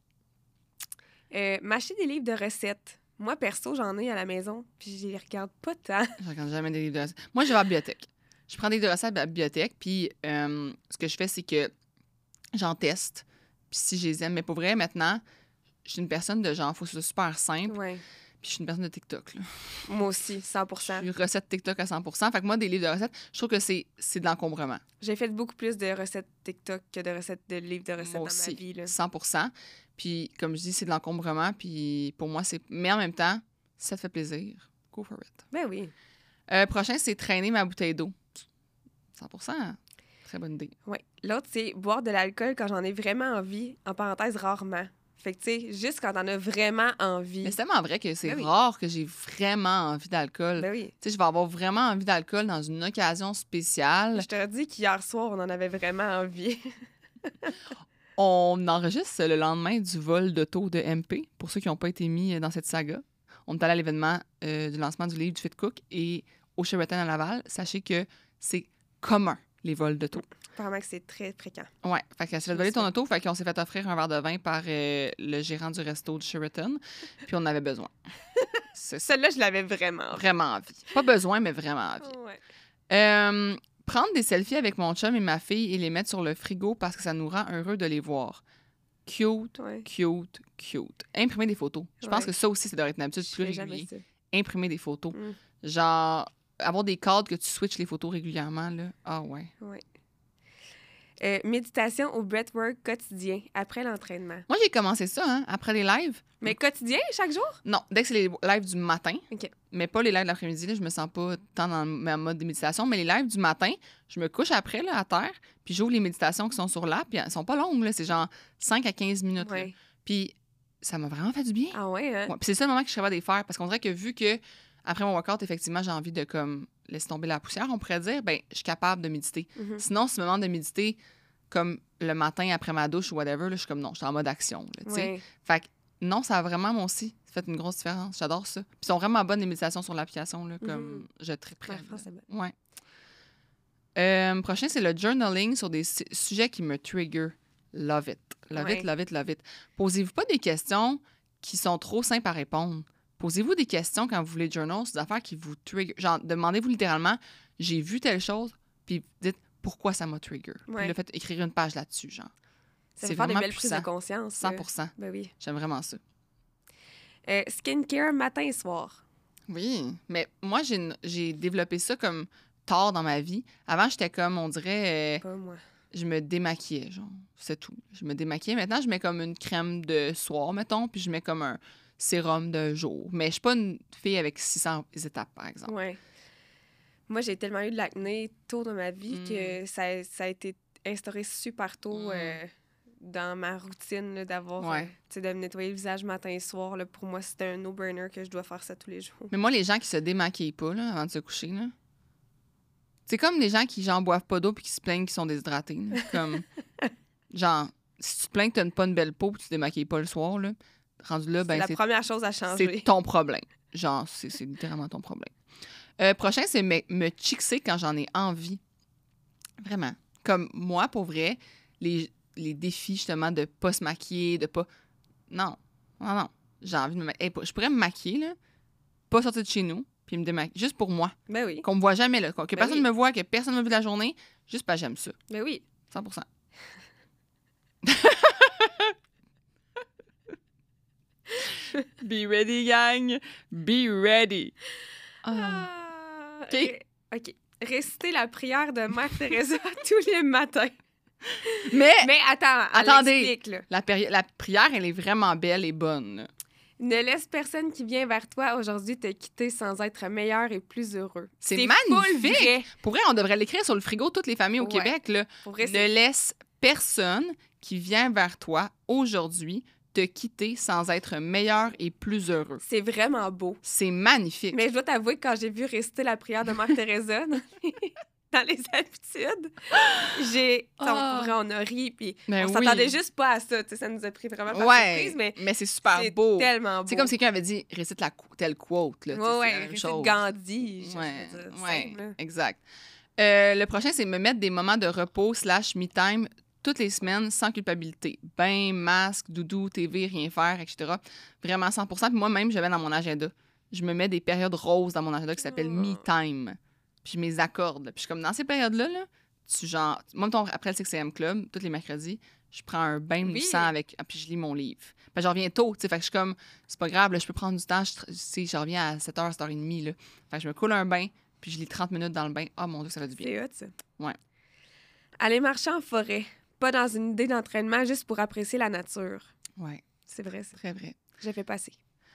M'acheter des livres de recettes. Moi, perso, j'en ai à la maison, puis je les regarde pas tant. Je regarde jamais des livres de recettes. Moi, je vais à la bibliothèque. Je prends des livres de recettes à la bibliothèque, puis ce que je fais, c'est que j'en teste, puis si je les aime. Mais pour vrai, maintenant, je suis une personne de genre, faut que ce soit super simple. Ouais. Puis je suis une personne de TikTok, là. Moi aussi, 100%. Je suis recette TikTok à 100%. Fait que moi, des livres de recettes, je trouve que c'est de l'encombrement. J'ai fait beaucoup plus de recettes TikTok que de recettes de livres de recettes moi dans aussi, ma vie. Là. 100%. Puis, comme je dis, c'est de l'encombrement. Puis, pour moi, c'est... Mais en même temps, si ça te fait plaisir, go for it. Ben oui. Prochain, c'est traîner ma bouteille d'eau. 100%. Très bonne idée. Oui. L'autre, c'est boire de l'alcool quand j'en ai vraiment envie, en parenthèse, rarement. Fait que, tu sais, juste quand t'en as vraiment envie. Mais c'est tellement vrai que c'est rare que j'ai vraiment envie d'alcool. Ben oui. Tu sais, je vais avoir vraiment envie d'alcool dans une occasion spéciale. Je te dis qu'hier soir, on en avait vraiment envie. On enregistre le lendemain du vol d'auto de MP, pour ceux qui n'ont pas été mis dans cette saga. On est allé à l'événement du lancement du livre du Fit Cook et au Sheraton à Laval. Sachez que c'est commun, les vols d'auto. Apparemment que c'est très fréquent. Ouais, fait qu'elle s'est fait voler ton auto, fait qu'on s'est fait offrir un verre de vin par le gérant du resto du Sheraton, puis on en avait besoin. Celle-là, je l'avais vraiment envie. Vraiment envie. Pas besoin, mais vraiment envie. Ouais. Prendre des selfies avec mon chum et ma fille et les mettre sur le frigo parce que ça nous rend heureux de les voir. Cute, cute, cute. Imprimer des photos. Je pense que ça aussi, ça devrait être une habitude plus régulière. Imprimer des photos. Genre, avoir des cadres que tu switches les photos régulièrement, là. Ah ouais. Ouais. Méditation au breathwork quotidien, après l'entraînement. Moi, j'ai commencé ça, hein, après les lives. Mais quotidien, chaque jour? Non, dès que c'est les lives du matin, OK. mais pas les lives de l'après-midi, là, je me sens pas tant dans ma mode de méditation, mais les lives du matin, je me couche après, là, à terre, puis j'ouvre les méditations qui sont sur l'app, puis elles sont pas longues, là, c'est genre 5 à 15 minutes. Ouais. Là. Puis ça m'a vraiment fait du bien. Ah ouais, hein? Ouais, puis c'est ça le moment que je serais capable de les faire, parce qu'on dirait que vu que après mon workout, effectivement, j'ai envie de comme laisser tomber la poussière, on pourrait dire, ben je suis capable de méditer. Mm-hmm. Sinon, ce moment de méditer, comme le matin après ma douche ou whatever, là, je suis comme non, je suis en mode action. Là, Ouais. fait que non, ça a vraiment, moi aussi, fait une grosse différence. J'adore ça. Puis ils sont vraiment bonnes, les méditations sur l'application, là, comme je triperais. Ouais. Prochain, c'est le journaling sur des sujets qui me trigger. Love it. Love it, love it, love it. Posez-vous pas des questions qui sont trop simples à répondre. Posez-vous des questions quand vous voulez journal sur des affaires qui vous trigger. Genre, demandez-vous littéralement, j'ai vu telle chose, puis dites pourquoi ça m'a trigger. Puis le fait écrire une page là-dessus, genre. Ça va faire des belles prises de conscience. 100%. Ben oui. J'aime vraiment ça. Skincare matin et soir. Oui, mais moi, j'ai développé ça comme tard dans ma vie. Avant, j'étais comme, on dirait... Pas moi. Je me démaquillais, genre. C'est tout. Je me démaquillais. Maintenant, je mets comme une crème de soir, mettons, puis je mets comme un sérum de jour. Mais je suis pas une fille avec 600 étapes, par exemple. Ouais. Moi, j'ai tellement eu de l'acné tôt dans ma vie que ça a été instauré super tôt dans ma routine là, d'avoir, de me nettoyer le visage matin et soir. Là, pour moi, c'était un no-burner que je dois faire ça tous les jours. Mais moi, les gens qui se démaquillent pas là, avant de se coucher, là, c'est comme les gens qui, genre, boivent pas d'eau puis qui se plaignent qu'ils sont déshydratés. Là. Comme, genre, si tu te plains que t'as pas une belle peau puis tu te démaquilles pas le soir, là, rendu là, ben c'est la première chose à changer. C'est ton problème. Genre, c'est littéralement ton problème. Prochain, c'est me chixer quand j'en ai envie. Vraiment. Comme moi, pour vrai, les défis, justement, de pas se maquiller, de pas... Non. J'ai envie de me maquiller. Je pourrais me maquiller, là, pas sortir de chez nous, puis me démaquiller. Juste pour moi. Ben oui. Qu'on me voit jamais, là. Que personne me voit, que personne ne me vu de la journée. Juste parce que j'aime ça. Ben oui. 100%. Be ready, gang. Be ready. OK. Réciter la prière de Mère Teresa tous les matins. Mais attendez. La prière, elle est vraiment belle et bonne. Là. Ne laisse personne qui vient vers toi aujourd'hui te quitter sans être meilleur et plus heureux. C'est magnifique! Pour vrai, on devrait l'écrire sur le frigo, toutes les familles au Québec. Là. Vrai, ne laisse personne qui vient vers toi aujourd'hui te quitter sans être meilleur et plus heureux. C'est vraiment beau. C'est magnifique. Mais je dois t'avouer que quand j'ai vu réciter la prière de Mère Teresa dans les habitudes, pour vrai, on a ri, puis on s'attendait juste pas à ça. Ça nous a pris vraiment par surprise, mais c'est super beau. C'est tellement beau. C'est comme si quelqu'un avait dit « récite telle quote ». Récite Gandhi. Exact. Le prochain, c'est me mettre des moments de repos / me time toutes les semaines sans culpabilité. Bain, masque, doudou, TV, rien faire, etc. Vraiment 100%. Puis moi-même, j'avais dans mon agenda. Je me mets des périodes roses dans mon agenda qui s'appellent me time. Puis je mes accorde. Puis je suis comme, dans ces périodes-là, là, moi, après le 6am Club, tous les mercredis, je prends un bain moussant puis je lis mon livre. Puis je reviens tôt, tu sais, fait que je suis comme, c'est pas grave, là, je peux prendre du temps, je reviens à 7h, 7h30, là. Fait que je me coule un bain, puis je lis 30 minutes dans le bain. Ah, mon Dieu, ça fait du bien. C'est hot, ça. Ouais. Aller marcher en forêt, pas dans une idée d'entraînement, juste pour apprécier la nature. Ouais. C'est vrai, ça. Très vrai. J'ai fait passer.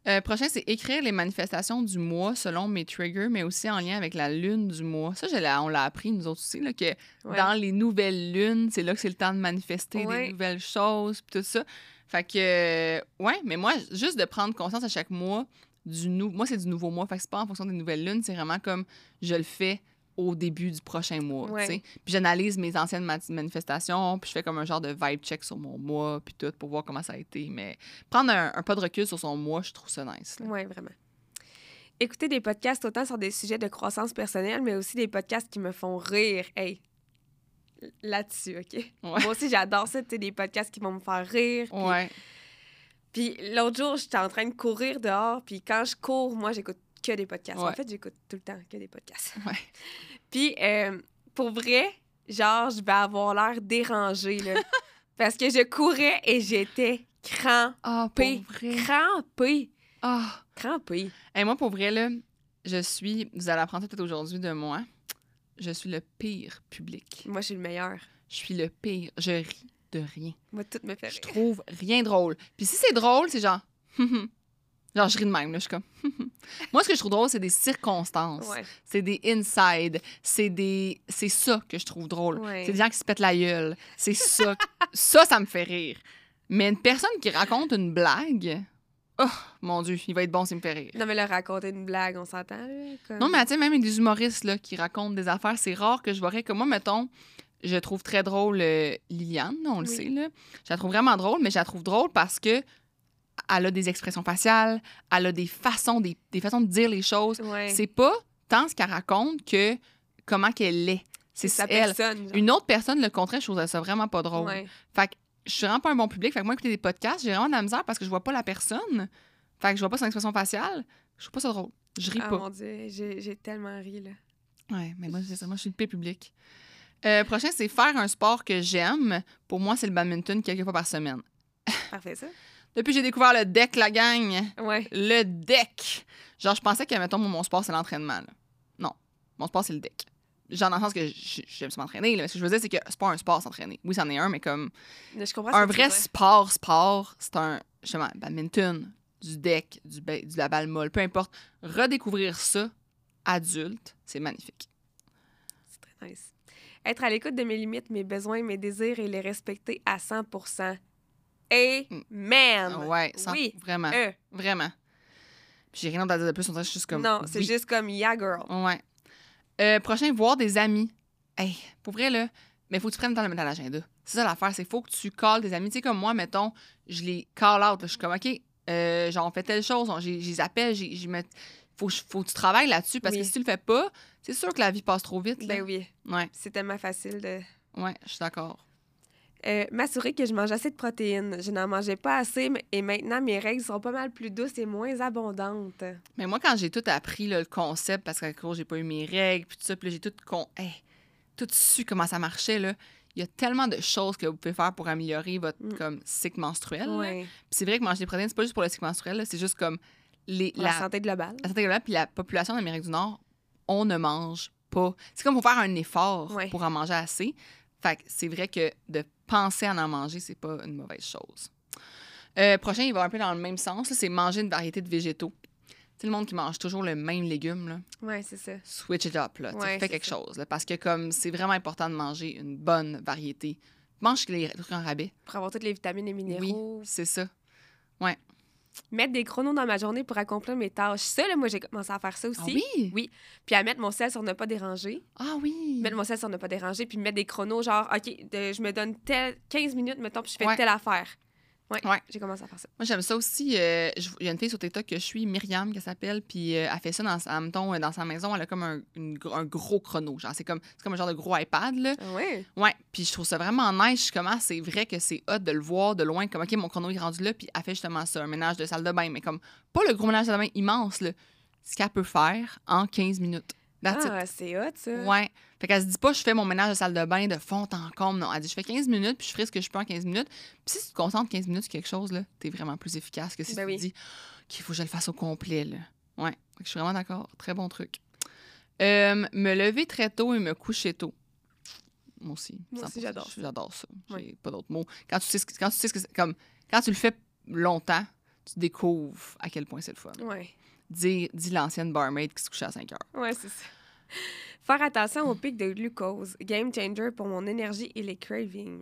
Prochain, c'est écrire les manifestations du mois selon mes triggers, mais aussi en lien avec la lune du mois. Ça, on l'a appris, nous autres aussi, là, que dans les nouvelles lunes, c'est là que c'est le temps de manifester des nouvelles choses, puis tout ça. Fait que, mais moi, juste de prendre conscience à chaque mois moi, c'est du nouveau mois, fait que c'est pas en fonction des nouvelles lunes, c'est vraiment comme je le fais au début du prochain mois, tu sais. Puis j'analyse mes anciennes manifestations, puis je fais comme un genre de vibe check sur mon mois, puis tout, pour voir comment ça a été. Mais prendre un pas de recul sur son mois, je trouve ça nice. Oui, vraiment. Écouter des podcasts autant sur des sujets de croissance personnelle, mais aussi des podcasts qui me font rire. Hey, là-dessus, OK? Ouais. Moi aussi, j'adore ça, tu sais, des podcasts qui vont me faire rire. Puis l'autre jour, j'étais en train de courir dehors, puis quand je cours, moi, j'écoute que des podcasts. En fait, j'écoute tout le temps que des podcasts. Puis, pour vrai, genre, je vais avoir l'air dérangée, là. Parce que je courais et j'étais crampée. Crampée. Crampée. Et moi, pour vrai, là, vous allez apprendre peut-être aujourd'hui de moi, je suis le pire public. Moi, je suis le meilleur. Je suis le pire. Je ris de rien. Moi, tout me fait rire. Je trouve rien drôle. Puis si c'est drôle, c'est genre... Genre, je ris de même, là, je suis comme... Moi, ce que je trouve drôle, c'est des circonstances. C'est des insides. C'est ça que je trouve drôle. C'est des gens qui se pètent la gueule. C'est ça. Ça me fait rire. Mais une personne qui raconte une blague... Oh, mon Dieu, il va être bon s'il me fait rire. Non, mais là, raconter une blague, on s'entend, là, comme... Non, mais tu sais, même des humoristes, là, qui racontent des affaires, c'est rare que je vois comme moi, mettons... Je trouve très drôle Liliane, on le sait, là. Je la trouve vraiment drôle, mais je la trouve drôle parce que elle a des expressions faciales, elle a des façons de dire les choses. C'est pas tant ce qu'elle raconte que comment qu'elle est. C'est sa elle. Personne. Genre. Une autre personne, le contraire, je trouve ça vraiment pas drôle. Fait que je suis vraiment pas un bon public. Fait que moi, écouter des podcasts, j'ai vraiment de la misère parce que je vois pas la personne. Fait que je vois pas son expression faciale. Je trouve pas ça drôle. Je ris pas. Oh mon Dieu, j'ai tellement ri, là. Ouais, mais moi, c'est ça. Moi, je suis le pire public. Prochain, c'est faire un sport que j'aime. Pour moi, c'est le badminton quelques fois par semaine. Parfait, ça. Depuis que j'ai découvert le deck, la gang. Ouais. Le deck. Genre, je pensais que, mettons, mon sport, c'est l'entraînement. Là. Non. Mon sport, c'est le deck. Genre, dans le sens que j'aime ça m'entraîner. Là. Ce que je veux dire, c'est que c'est pas un sport s'entraîner. Oui, c'en est un, mais comme. Je comprends un vrai sport, c'est un. Justement, badminton, du deck, de la balle molle, peu importe. Redécouvrir ça, adulte, c'est magnifique. C'est très nice. Être à l'écoute de mes limites, mes besoins, mes désirs et les respecter à 100%. Amen! Ouais, oui, vraiment. Vraiment. Puis j'ai rien d'autre à dire de plus, on dirait juste comme... Non, c'est juste comme yeah, girl. Ouais. Prochain, voir des amis. Hey, pour vrai, là, mais faut que tu prennes le temps de le mettre à l'agenda. C'est ça l'affaire, c'est faut que tu calls des amis. Tu sais, comme moi, mettons, je les call out. Là, je suis comme, OK, genre, on fait telle chose, je les appelle, faut que tu travailles là-dessus, parce que si tu le fais pas, c'est sûr que la vie passe trop vite. Là. Ben oui. Ouais. C'est tellement facile de... Ouais, je suis d'accord. M'assurer que je mange assez de protéines. Je n'en mangeais pas assez et maintenant, mes règles sont pas mal plus douces et moins abondantes. Mais moi, quand j'ai tout appris, là, le concept, parce qu'à cause, j'ai pas eu mes règles, puis tout ça, puis là, j'ai tout su comment ça marchait, là. Il y a tellement de choses que vous pouvez faire pour améliorer votre comme, cycle menstruel. Ouais. Puis c'est vrai que manger des protéines, c'est pas juste pour le cycle menstruel, là, c'est juste comme... la santé globale. La santé globale, puis la population d'Amérique du Nord, on ne mange pas. C'est comme faut faire un effort pour en manger assez. Fait que c'est vrai que de penser à en manger, c'est pas une mauvaise chose. Prochain, il va un peu dans le même sens, là, c'est manger une variété de végétaux. Tu sais, le monde qui mange toujours le même légume, là. Ouais, c'est ça. Switch it up, là. Fais quelque chose, là, parce que comme c'est vraiment important de manger une bonne variété. Mange les trucs en rabais. Pour avoir toutes les vitamines et minéraux. Oui, c'est ça. Ouais. Mettre des chronos dans ma journée pour accomplir mes tâches. Ça, là, moi, j'ai commencé à faire ça aussi. Ah oui? Oui. Puis à mettre mon sel sur ne pas déranger. Ah oui? Mettre mon sel sur ne pas déranger, puis mettre des chronos, genre, OK, je me donne 15 minutes, mettons, puis je fais telle affaire. Ouais. J'ai commencé à faire ça. Moi, j'aime ça aussi. Il y a une fille sur TikTok que je suis, Myriam, qui s'appelle, puis elle fait ça dans sa maison. Elle a comme un gros chrono. Genre, c'est comme un genre de gros iPad, là. Ah ouais? Ouais. Puis je trouve ça vraiment nice. Je suis comme, c'est vrai que c'est hot de le voir de loin. Comme, OK, mon chrono est rendu là, puis elle fait justement ça, un ménage de salle de bain. Mais comme, pas le gros ménage de salle de bain immense, là. Ce qu'elle peut faire en 15 minutes. C'est hot, ça. Ouais. Fait qu'elle se dit pas, je fais mon ménage de salle de bain de fond en comble. Non, elle dit, je fais 15 minutes, puis je ferai ce que je peux en 15 minutes. Puis si tu te concentres 15 minutes sur quelque chose, là, t'es vraiment plus efficace que si tu te dis, qu'il faut que je le fasse au complet, là. Ouais. Fait que je suis vraiment d'accord. Très bon truc. Me lever très tôt et me coucher tôt. Moi aussi, j'adore ça. J'adore ça. J'ai pas d'autres mots. Quand tu le fais longtemps, tu découvres à quel point c'est le fun. Ouais. Dis l'ancienne barmaid qui se couchait à 5 heures. Ouais, c'est ça. Faire attention au pic de glucose. Game changer pour mon énergie et les cravings.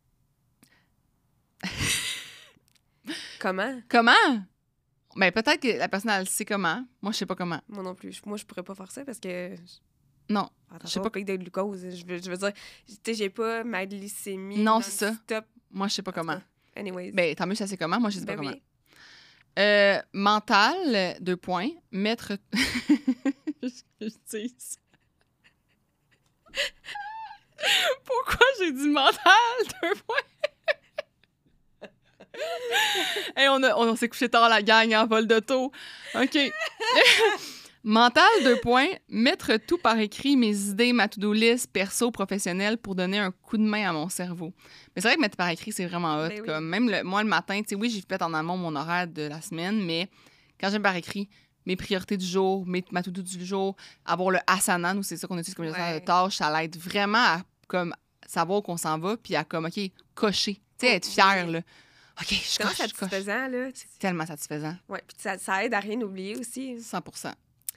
Comment? Comment? Ben, peut-être que la personne, elle sait comment. Moi, je sais pas comment. Moi non plus. Moi, je pourrais pas faire ça parce que... Non. Attention je sais pas au pic de glucose. Je veux dire, tu sais, j'ai pas ma glycémie. Non, c'est ça. Top. Moi, je sais pas comment. Anyways. Ben, tant mieux si elle sait comment. Moi, je sais pas comment. Oui. Mental, 2 points. Mettre... je dis ça. Pourquoi j'ai dit mental, 2 points? Hey, on s'est couché tard, la gang, en vol d'auto. OK. Mental, 2 points. Mettre tout par écrit, mes idées, ma to-do list, perso, professionnelle, pour donner un coup de main à mon cerveau. Mais c'est vrai que mettre par écrit, c'est vraiment hot. Ben oui. Comme, même moi, le matin, tu sais, oui, j'ai fait en amont mon horaire de la semaine, mais quand j'aime par écrit, mes priorités du jour, ma to-do du jour, avoir le asana, nous, c'est ça qu'on utilise comme gestionnaire de tâches, ça l'aide vraiment à comme, savoir où qu'on s'en va, puis à comme, OK, cocher. Tu sais, être fier, là. OK, je coche, satisfaisant, là. C'est tellement satisfaisant. Oui, puis ça aide à rien oublier aussi. 100%.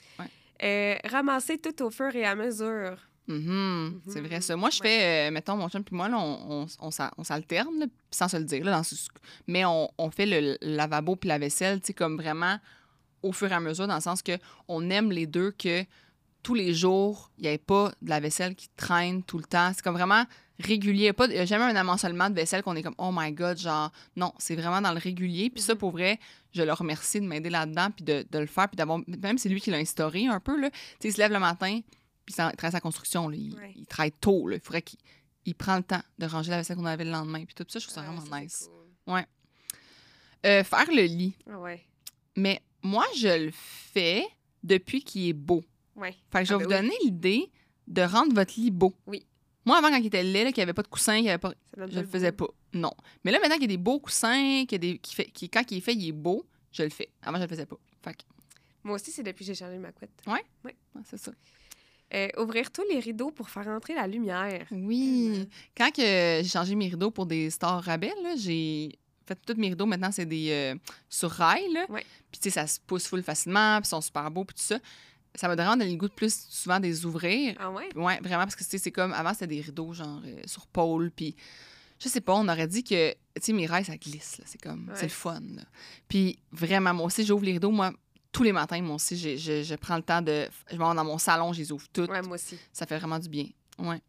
Ramasser tout au fur et à mesure. C'est vrai, ça. Moi, je fais, mettons, mon chum puis moi, là, on s'alterne, là, sans se le dire, là, mais on fait le lavabo puis la vaisselle, tu sais, comme vraiment au fur et à mesure, dans le sens que on aime les deux que tous les jours, il n'y ait pas de la vaisselle qui traîne tout le temps. C'est comme vraiment régulier. Il n'y a jamais un amoncellement de vaisselle qu'on est comme « Oh my God », genre, non, c'est vraiment dans le régulier. Puis ça, pour vrai, je le remercie de m'aider là-dedans, puis de le faire, puis d'avoir... Même c'est lui qui l'a instauré un peu, là. Tu sais, il se lève le matin, puis il travaille sa construction, là. Il travaille tôt, là. Il faudrait qu'il prenne le temps de ranger la vaisselle qu'on avait le lendemain. Puis tout ça, je trouve ça vraiment nice. Cool. Ouais. Faire le lit. Ouais. Mais moi, je le fais depuis qu'il est beau. Ouais. Fait que je vais vous donner l'idée de rendre votre lit beau. Oui. Moi, avant, quand il était laid, qu'il n'y avait pas de coussin, je le faisais pas. Non. Mais là, maintenant qu'il y a des beaux coussins, quand il est fait, il est beau, je le fais. Avant, je le faisais pas. Fait que... Moi aussi, c'est depuis que j'ai changé ma couette. Ouais? Oui. Ouais, c'est ça. Ouvrir tous les rideaux pour faire entrer la lumière. Oui. Quand j'ai changé mes rideaux pour des stars rabais, là, j'ai fait tous mes rideaux. Maintenant, c'est des sur rail. Là. Ouais. Puis, tu sais, ça se pousse full facilement, puis ils sont super beaux, puis tout ça. Ça m'a vraiment donné le goût de plus souvent de les ouvrir. Ah ouais? Ouais, vraiment, parce que c'est comme... Avant, c'était des rideaux, genre, sur pôle, puis... Je sais pas, on aurait dit que... Tu sais, mes rails, ça glisse, là. C'est comme... Ouais. C'est le fun, là. Puis, vraiment, moi aussi, j'ouvre les rideaux. Moi, tous les matins, moi aussi, je prends le temps de... Je vais dans mon salon, je les ouvre toutes. Ouais, moi aussi. Ça fait vraiment du bien. Ouais.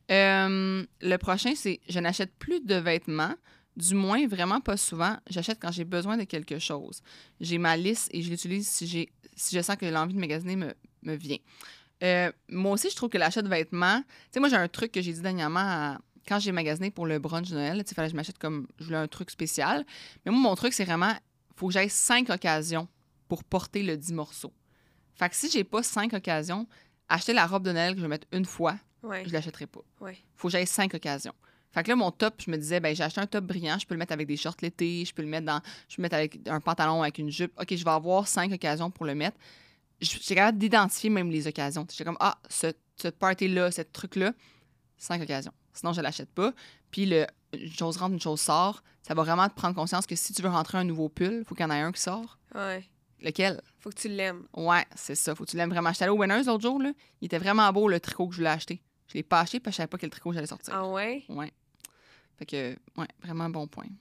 Le prochain, c'est... Je n'achète plus de vêtements. Du moins, vraiment pas souvent. J'achète quand j'ai besoin de quelque chose. J'ai ma liste et je l'utilise si je sens que l'envie de magasiner me vient. Moi aussi, je trouve que l'achat de vêtements... Tu sais, moi, j'ai un truc que j'ai dit dernièrement quand j'ai magasiné pour le brunch de Noël. Tu sais, fallait que je m'achète comme... Je voulais un truc spécial. Mais moi, mon truc, c'est vraiment... Faut que j'aille 5 occasions pour porter le 10 morceaux. Fait que si j'ai pas 5 occasions, acheter la robe de Noël que je vais mettre une fois, je l'achèterai pas. Ouais. Faut que j'aille 5 occasions. Fait que là, mon top, je me disais, ben j'ai acheté un top brillant, je peux le mettre avec des shorts l'été, je peux le mettre avec un pantalon avec une jupe. OK, je vais avoir 5 occasions pour le mettre. J'ai capable d'identifier même les occasions. J'étais comme, cette party-là, ce truc-là, 5 occasions. Sinon, je l'achète pas. Puis, une chose rentre, une chose sort. Ça va vraiment te prendre conscience que si tu veux rentrer un nouveau pull, il faut qu'il y en ait un qui sort. Ouais. Lequel? Faut que tu l'aimes. Ouais, c'est ça. Faut que tu l'aimes vraiment. J'étais allée au Winners l'autre jour, là. Il était vraiment beau, le tricot que je voulais acheter. Je l'ai pas acheté parce que je savais pas quel tricot j'allais sortir. Ah ouais? Ouais. Fait que, ouais, vraiment bon point.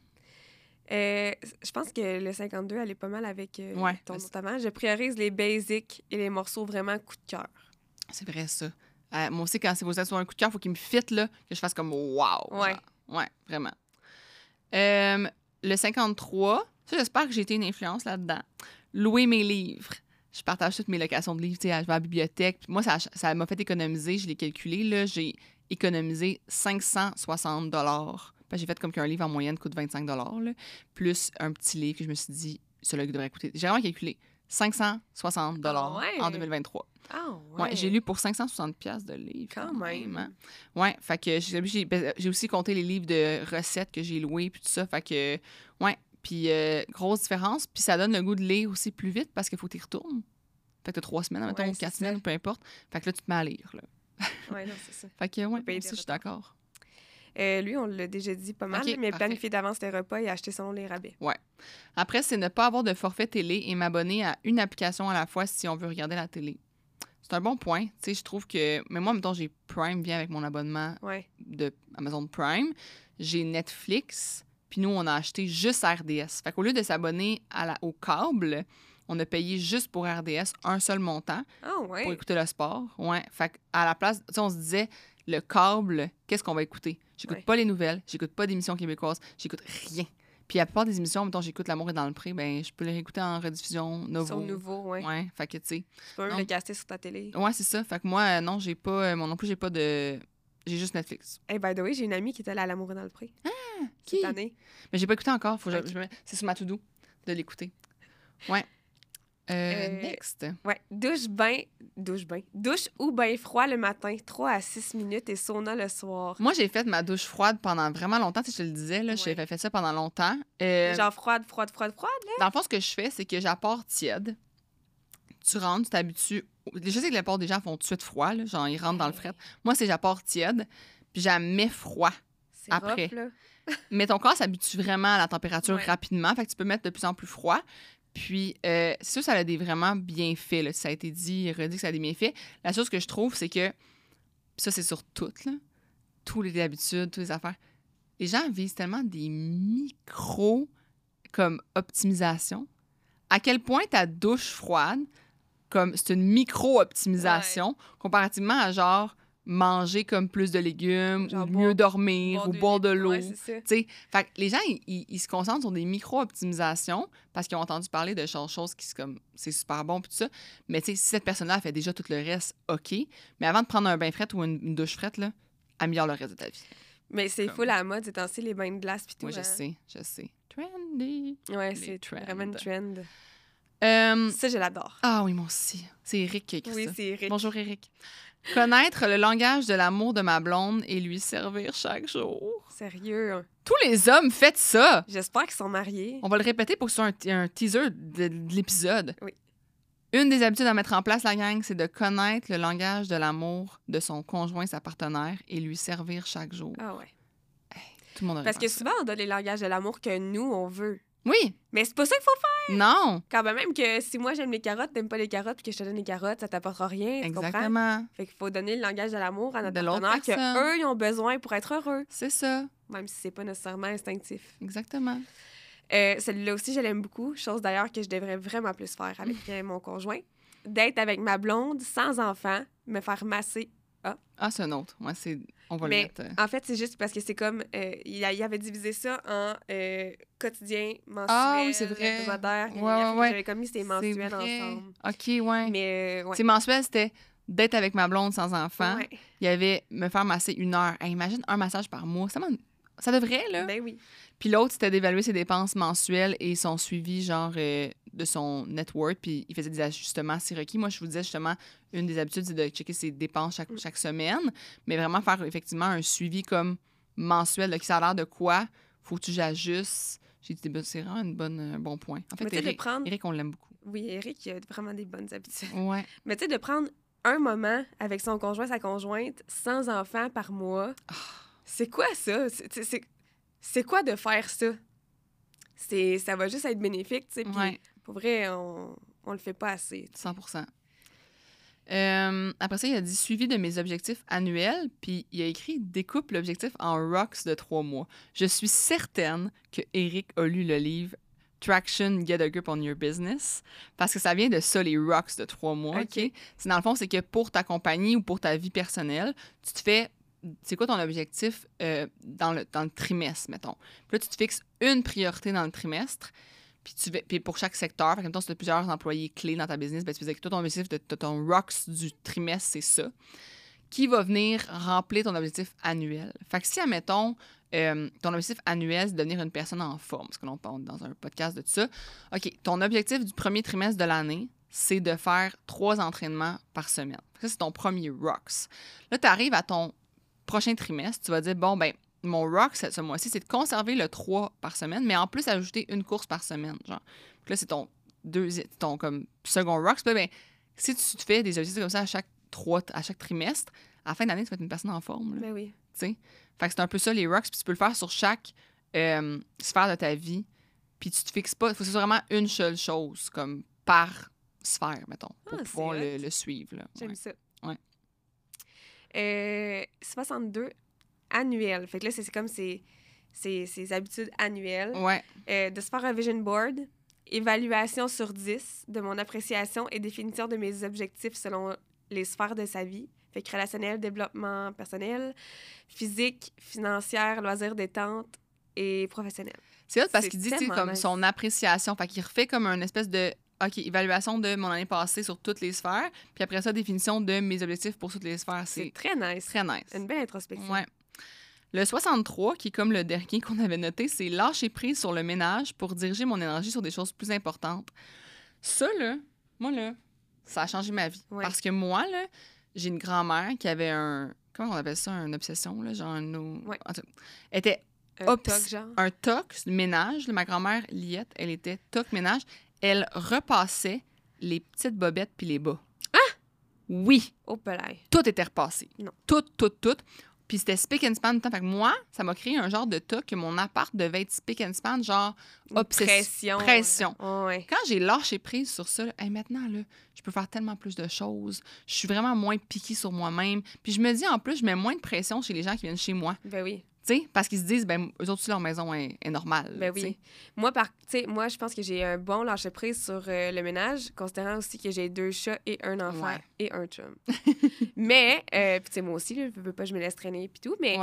Je pense que le 52 allait pas mal avec ton autre avant. Je priorise les basics et les morceaux vraiment coup de cœur. C'est vrai, ça. Moi aussi, quand vous êtes sur un coup de cœur, il faut qu'il me fitte, là, que je fasse comme wow. Ouais. Genre. Ouais, vraiment. Le 53, ça, j'espère que j'ai été une influence là-dedans. Louer mes livres. Je partage toutes mes locations de livres. Tu sais, je vais à la bibliothèque. Moi, ça m'a fait économiser. Je l'ai calculé, là. J'ai économisé 560 $. J'ai fait comme qu'un livre en moyenne coûte 25 $, là, plus un petit livre que je me suis dit, celui-là qui devrait coûter. J'ai vraiment calculé 560 $ en 2023. Ah ouais. Ouais, j'ai lu pour 560 $ de livres. Quand même. Hein? Ouais, fait que j'ai aussi compté les livres de recettes que j'ai loués puis tout ça. Fait que, ouais, puis grosse différence. Puis ça donne le goût de lire aussi plus vite parce qu'il faut que tu y retournes. Fait que t'as 3 semaines, mettons, ou 4 semaines, peu importe. Fait que là, tu te mets à lire, là. Ouais, non, c'est ça. Fait que, ouais, aussi, je suis d'accord. Lui, on l'a déjà dit pas mal, OK, mais parfait. planifier d'avance les repas et acheter selon les rabais. Ouais. Après, c'est ne pas avoir de forfait télé et m'abonner à une application à la fois si on veut regarder la télé. C'est un bon point. Tu sais, je trouve que... Mais moi, mettons, j'ai Prime vient avec mon abonnement Ouais. de Amazon Prime. J'ai Netflix. Puis nous, on a acheté juste RDS. Fait qu'au lieu de s'abonner au câble, on a payé juste pour RDS un seul montant Ah, ouais. pour écouter le sport. Ouais. Fait qu'à la place, tu sais, on se disait, le câble, qu'est-ce qu'on va écouter? J'écoute Ouais. pas les nouvelles, j'écoute pas d'émissions québécoises, j'écoute rien. Puis la plupart des émissions, mettons, j'écoute L'amour est dans le pré, ben je peux les réécouter en rediffusion, Ils nouveau. sont nouveaux, ouais. Ouais, fait que, tu sais. Tu peux même Non. le caster sur ta télé. Ouais, c'est ça. Fait que moi, non, j'ai pas... moi non plus, j'ai pas de... J'ai juste Netflix. Hey, by the way, j'ai une amie qui est allée à L'Amour est dans le pré. Qui? Cette année. Mais j'ai pas écouté encore. Faut que Ok. c'est sur ma to-do de l'écouter. Ouais. Next. Ouais. Douche ou bain froid le matin, 3 à 6 minutes et sauna le soir. Moi, j'ai fait ma douche froide pendant vraiment longtemps. Tu sais, je te le disais, là, Ouais. j'ai fait ça pendant longtemps. Genre froide. Dans le fond, ce que je fais, c'est que j'apporte tiède. Tu rentres, tu t'habitues. Je sais que la plupart des gens font tout de suite froid, là, genre ils rentrent dans le fret. Moi, c'est j'apporte tiède, puis j'en mets froid. C'est Après. rough, là. Mais ton corps s'habitue vraiment à la température Ouais. rapidement, fait que tu peux mettre de plus en plus froid. Puis, c'est sûr, ça a des vraiment bienfaits. Là. Ça a été dit, redit que ça a des bienfaits. La chose que je trouve, c'est que, puis ça, c'est sur toutes, là, tous les habitudes, toutes les affaires. Les gens visent tellement des micro, comme, optimisation. À quel point ta douche froide, comme, c'est une micro-optimisation, comparativement à, genre, manger comme plus de légumes, Genre ou mieux dormir, ou boire de l'eau. Ouais, c'est ça. T'sais, fait que les gens, ils se concentrent sur des micro-optimisations parce qu'ils ont entendu parler de choses qui, c'est super bon, puis tout ça. Mais si cette personne-là a fait déjà tout le reste, OK. Mais avant de prendre un bain frais ou une douche frette, là, améliore le reste de ta vie. Mais c'est Comme- full à la mode, c'est ainsi les bains de glace puis tout. Oui, je hein. sais. Trendy. Ouais, Les c'est trends. vraiment une trend. Euh, Ça, je l'adore. ah oui, moi aussi. C'est Eric qui a écrit Oui, ça. c'est Eric. Bonjour, Eric. Connaître le langage de l'amour de ma blonde et lui servir chaque jour. Sérieux. hein. Tous les hommes, faites ça! J'espère qu'ils sont mariés. On va le répéter pour que ce soit un teaser de l'épisode. Oui. Une des habitudes à mettre en place, la gang, c'est de connaître le langage de l'amour de son conjoint, sa partenaire, et lui servir chaque jour. Ah ouais. Tout le monde Parce que souvent, on donne les langages de l'amour que nous, on veut. Oui! Mais c'est pas ça qu'il faut faire. Non! Quand même que si moi, j'aime les carottes, t'aimes pas les carottes, puis que je te donne les carottes, ça t'apportera rien. Tu comprends? Exactement. Fait qu'il faut donner le langage de l'amour à notre De l'autre partenaire personne. qu'eux, ils ont besoin pour être heureux. C'est ça. Même si c'est pas nécessairement instinctif. Exactement. Celui-là aussi, je l'aime beaucoup. Chose d'ailleurs que je devrais vraiment plus faire avec mon conjoint. D'être avec ma blonde, sans enfant, me faire masser. Ah, c'est un autre. Ouais, on va le Mais mettre. en fait, c'est juste parce que c'est comme... il avait divisé ça en quotidien, mensuel, Ah oui, c'est vrai. hebdomadaire. Ouais. J'avais comme mis ces mensuels vrai. ensemble. OK, ouais. Mais ouais. C'est mensuel, c'était d'être avec ma blonde sans enfant. Ouais. Il y avait me faire masser 1 heure. Hey, imagine un massage par mois. Ça devrait, là. Ben oui. Puis l'autre, c'était d'évaluer ses dépenses mensuelles et son suivi, genre, de son net worth. Puis il faisait des ajustements si requis. Moi, je vous disais justement, une des habitudes, c'est de checker ses dépenses chaque semaine, mais vraiment faire effectivement un suivi comme mensuel, là, qui ça a l'air de quoi, faut-tu que j'ajuste. J'ai dit, ben, c'est vraiment un bon point. En fait, Mais tu sais, de Eric, prendre- Eric, on l'aime beaucoup. Oui, Eric, il a vraiment des bonnes habitudes. Ouais. Mais tu sais, de prendre un moment avec son conjoint, sa conjointe, sans enfant par mois, c'est quoi ça? C'est quoi de faire ça? Ça va juste être bénéfique, tu sais. Puis Ouais. pour vrai, on le fait pas assez. 100%. Après ça, il a dit suivi de mes objectifs annuels, puis il a écrit découpe l'objectif en rocks de 3 mois. Je suis certaine que Eric a lu le livre Traction, Get a Grip on Your Business, parce que ça vient de ça, les rocks de 3 mois. OK. OK? C'est dans le fond, c'est que pour ta compagnie ou pour ta vie personnelle, tu te fais. C'est quoi ton objectif dans le trimestre, mettons? Puis là, tu te fixes une priorité dans le trimestre. Puis pour chaque secteur, par exemple, si tu as plusieurs employés clés dans ta business, ben, tu faisais que toi, ton objectif de ton rocks du trimestre, c'est ça. Qui va venir remplir ton objectif annuel? Fait que si, admettons, ton objectif annuel, c'est de devenir une personne en forme, parce que l'on parle dans un podcast de tout ça. OK, ton objectif du premier trimestre de l'année, c'est de faire 3 entraînements par semaine. Ça, c'est ton premier rocks. Là, tu arrives à ton prochain trimestre, tu vas dire, bon, ben mon rock ce mois-ci, c'est de conserver le 3 par semaine, mais en plus, ajouter une course par semaine. Genre. Puis là, c'est ton comme second rock. Puis là, ben, si tu te fais des objectifs comme ça à chaque trimestre, à la fin d'année, tu vas être une personne en forme. Là. Ben oui. Tu sais. Fait que c'est un peu ça, les rocks. Puis tu peux le faire sur chaque sphère de ta vie. Puis tu te fixes pas. Il faut que ce soit vraiment une seule chose, comme par sphère, mettons, pour pouvoir le suivre. Là. J'aime ça. Ouais. 62 annuel. Fait que là, c'est comme ses habitudes annuelles. Ouais. De se faire un vision board, évaluation sur 10 de mon appréciation et définition de mes objectifs selon les sphères de sa vie. Fait que relationnel, développement personnel, physique, financière, loisirs, détente et professionnel. C'est hot parce qu'il dit comme son appréciation. Fait qu'il refait comme une espèce de évaluation de mon année passée sur toutes les sphères. Puis après ça, définition de mes objectifs pour toutes les sphères. C'est très nice. Très nice. Une belle introspection. Ouais. Le 63, qui est comme le dernier qu'on avait noté, c'est lâcher prise sur le ménage pour diriger mon énergie sur des choses plus importantes. Ça, là, moi, là, ça a changé ma vie. Ouais. Parce que moi, là, j'ai une grand-mère qui avait comment on appelle ça, une obsession, là, genre, Ouais. Elle était un toc ménage. Là, ma grand-mère, Liette, elle était toc ménage. Elle repassait les petites bobettes puis les bas. Ah! Oui! Au palais. Tout était repassé. Non. Tout. Puis c'était spick and span tout le temps. Fait que moi, ça m'a créé un genre de toc que mon appart devait être spick and span, genre pression. Ouais. Quand j'ai lâché prise sur ça, là, maintenant, là, je peux faire tellement plus de choses. Je suis vraiment moins piquée sur moi-même. Puis je me dis, en plus, je mets moins de pression chez les gens qui viennent chez moi. Ben oui. T'sais, parce qu'ils se disent, ben, eux autres, leur maison est normale. Ben oui. Moi, je pense que j'ai un bon lâcher-prise sur le ménage, considérant aussi que j'ai 2 chats et un enfant et un chum. Mais, puis moi aussi, je veux pas, je me laisse traîner puis tout, mais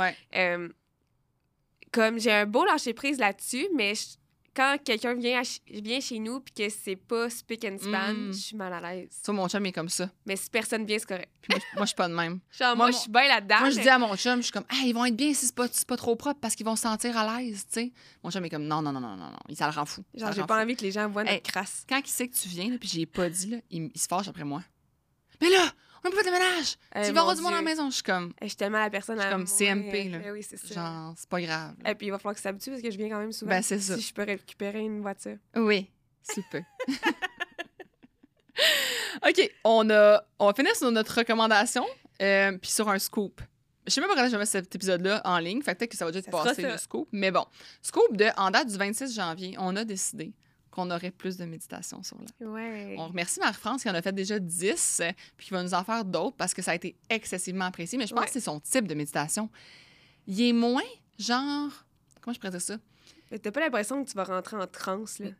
comme j'ai un beau lâcher-prise là-dessus, mais quand quelqu'un vient chez nous puis que c'est pas spick and span, je suis mal à l'aise. Ça, mon chum est comme ça. Mais si personne vient, c'est correct. Puis moi, je suis pas de même. Genre, moi, je suis bien là-dedans. Moi, je dis à mon chum, je suis comme, ils vont être bien si c'est pas trop propre parce qu'ils vont se sentir à l'aise, tu sais. Mon chum est comme, non. Ça le rend fou. Genre, j'ai pas envie que les gens voient notre crasse. Quand il sait que tu viens, là, puis j'ai pas dit, là, il se fâche après moi. Mais là, on n'a pas fait de ménage. Tu vas avoir du monde à la maison. Je suis comme. Je suis tellement la personne à. Je suis comme CMP, là. Oui, c'est ça. Genre, c'est pas grave. Et puis, il va falloir que ça s'habitue parce que je viens quand même souvent. Ben, c'est ça. Si je peux récupérer une voiture. Oui, super. OK, on va finir sur notre recommandation, puis sur un scoop. Je sais même pas quand je vais mettre cet épisode-là en ligne, fait que peut-être que ça va déjà être passé, le scoop. Mais bon, scoop en date du 26 janvier, on a décidé qu'on aurait plus de méditation sur là. Ouais. On remercie Marie-France qui en a fait déjà 10, puis qui va nous en faire d'autres parce que ça a été excessivement apprécié. Mais je pense que c'est son type de méditation. Il est moins genre... Comment je pourrais dire ça? Mais t'as pas l'impression que tu vas rentrer en transe, là?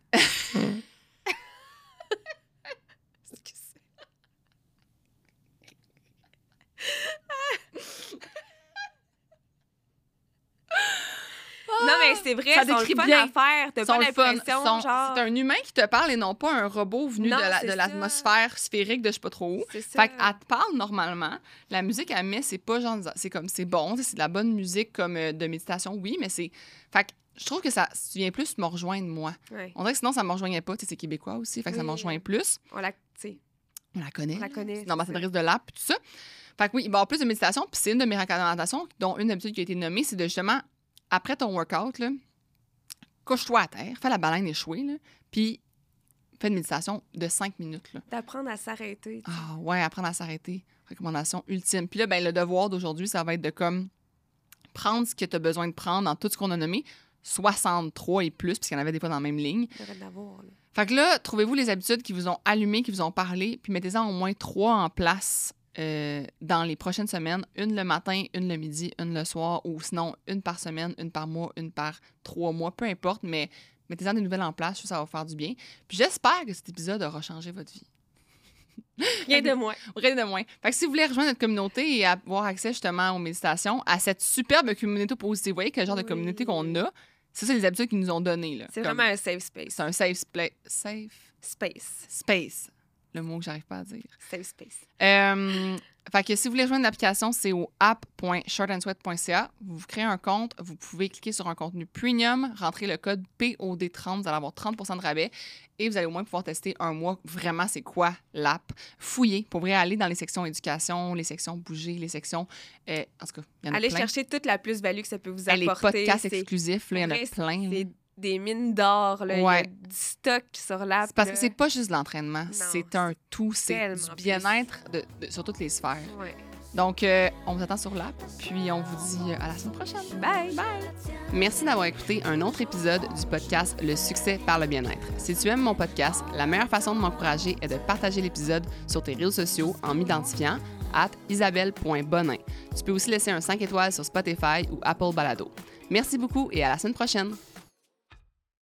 Non, mais c'est vrai, ça décrit le fun bien à faire. T'as pas l'impression, genre... C'est un humain qui te parle et non pas un robot venu de l'atmosphère sphérique de je sais pas trop où. Fait qu'elle te parle normalement. La musique qu'elle met, c'est pas genre... C'est comme, c'est bon, c'est de la bonne musique comme de méditation, oui, mais c'est... Fait que je trouve que ça vient plus me rejoindre, moi. Ouais. On dirait que sinon, ça me rejoignait pas. Tu sais, c'est québécois aussi, fait que ça me rejoint plus. On la connaît. On la connaît. C'est l'ambassadrice de l'app, tout ça. Fait que oui, il va y avoir plus de méditation. Puis c'est une de mes recommandations, dont une habitude qui a été nommée, c'est de justement... Après ton workout, là, couche-toi à terre, fais la baleine échouée, là, puis fais une méditation de 5 minutes. Là. D'apprendre à s'arrêter. Ah ouais, apprendre à s'arrêter. Recommandation ultime. Puis là, ben, le devoir d'aujourd'hui, ça va être de comme prendre ce que tu as besoin de prendre dans tout ce qu'on a nommé, 63 et plus, puisqu'il y en avait des fois dans la même ligne. Fait que là, trouvez-vous les habitudes qui vous ont allumé, qui vous ont parlé, puis mettez-en au moins 3 en place dans les prochaines semaines, une le matin, une le midi, une le soir, ou sinon une par semaine, une par mois, une par 3 mois, peu importe, mais mettez-en des nouvelles en place, ça va vous faire du bien. Puis j'espère que cet épisode aura changé votre vie. Rien de moins. Rien de moins. Fait que si vous voulez rejoindre notre communauté et avoir accès justement aux méditations, à cette superbe communauté positive, vous voyez quel genre de communauté qu'on a, c'est les habitudes qu'ils nous ont données. Là. C'est vraiment un safe space. C'est un safe space. Space. Le mot que j'arrive pas à dire. Safe space. Fait que si vous voulez rejoindre l'application, c'est au app.shortandsweat.ca. Vous créez un compte, vous pouvez cliquer sur un contenu premium, rentrer le code POD30, vous allez avoir 30% de rabais et vous allez au moins pouvoir tester un mois vraiment c'est quoi l'app. Fouiller, pour vrai, aller dans les sections éducation, les sections bouger, les sections... en tout cas, il y en a allez plein. Chercher toute la plus-value que ça peut vous apporter. Les podcasts exclusifs, il y en a plein. C'est des mines d'or, là. Ouais. Il y a du stock sur l'app. C'est parce que c'est pas juste de l'entraînement, c'est un tout, c'est du bien-être sur toutes les sphères. Ouais. Donc, on vous attend sur l'app, puis on vous dit à la semaine prochaine. Bye! Bye! Merci d'avoir écouté un autre épisode du podcast Le succès par le bien-être. Si tu aimes mon podcast, la meilleure façon de m'encourager est de partager l'épisode sur tes réseaux sociaux en m'identifiant @isabelle.bonin. Tu peux aussi laisser un 5 étoiles sur Spotify ou Apple Balado. Merci beaucoup et à la semaine prochaine!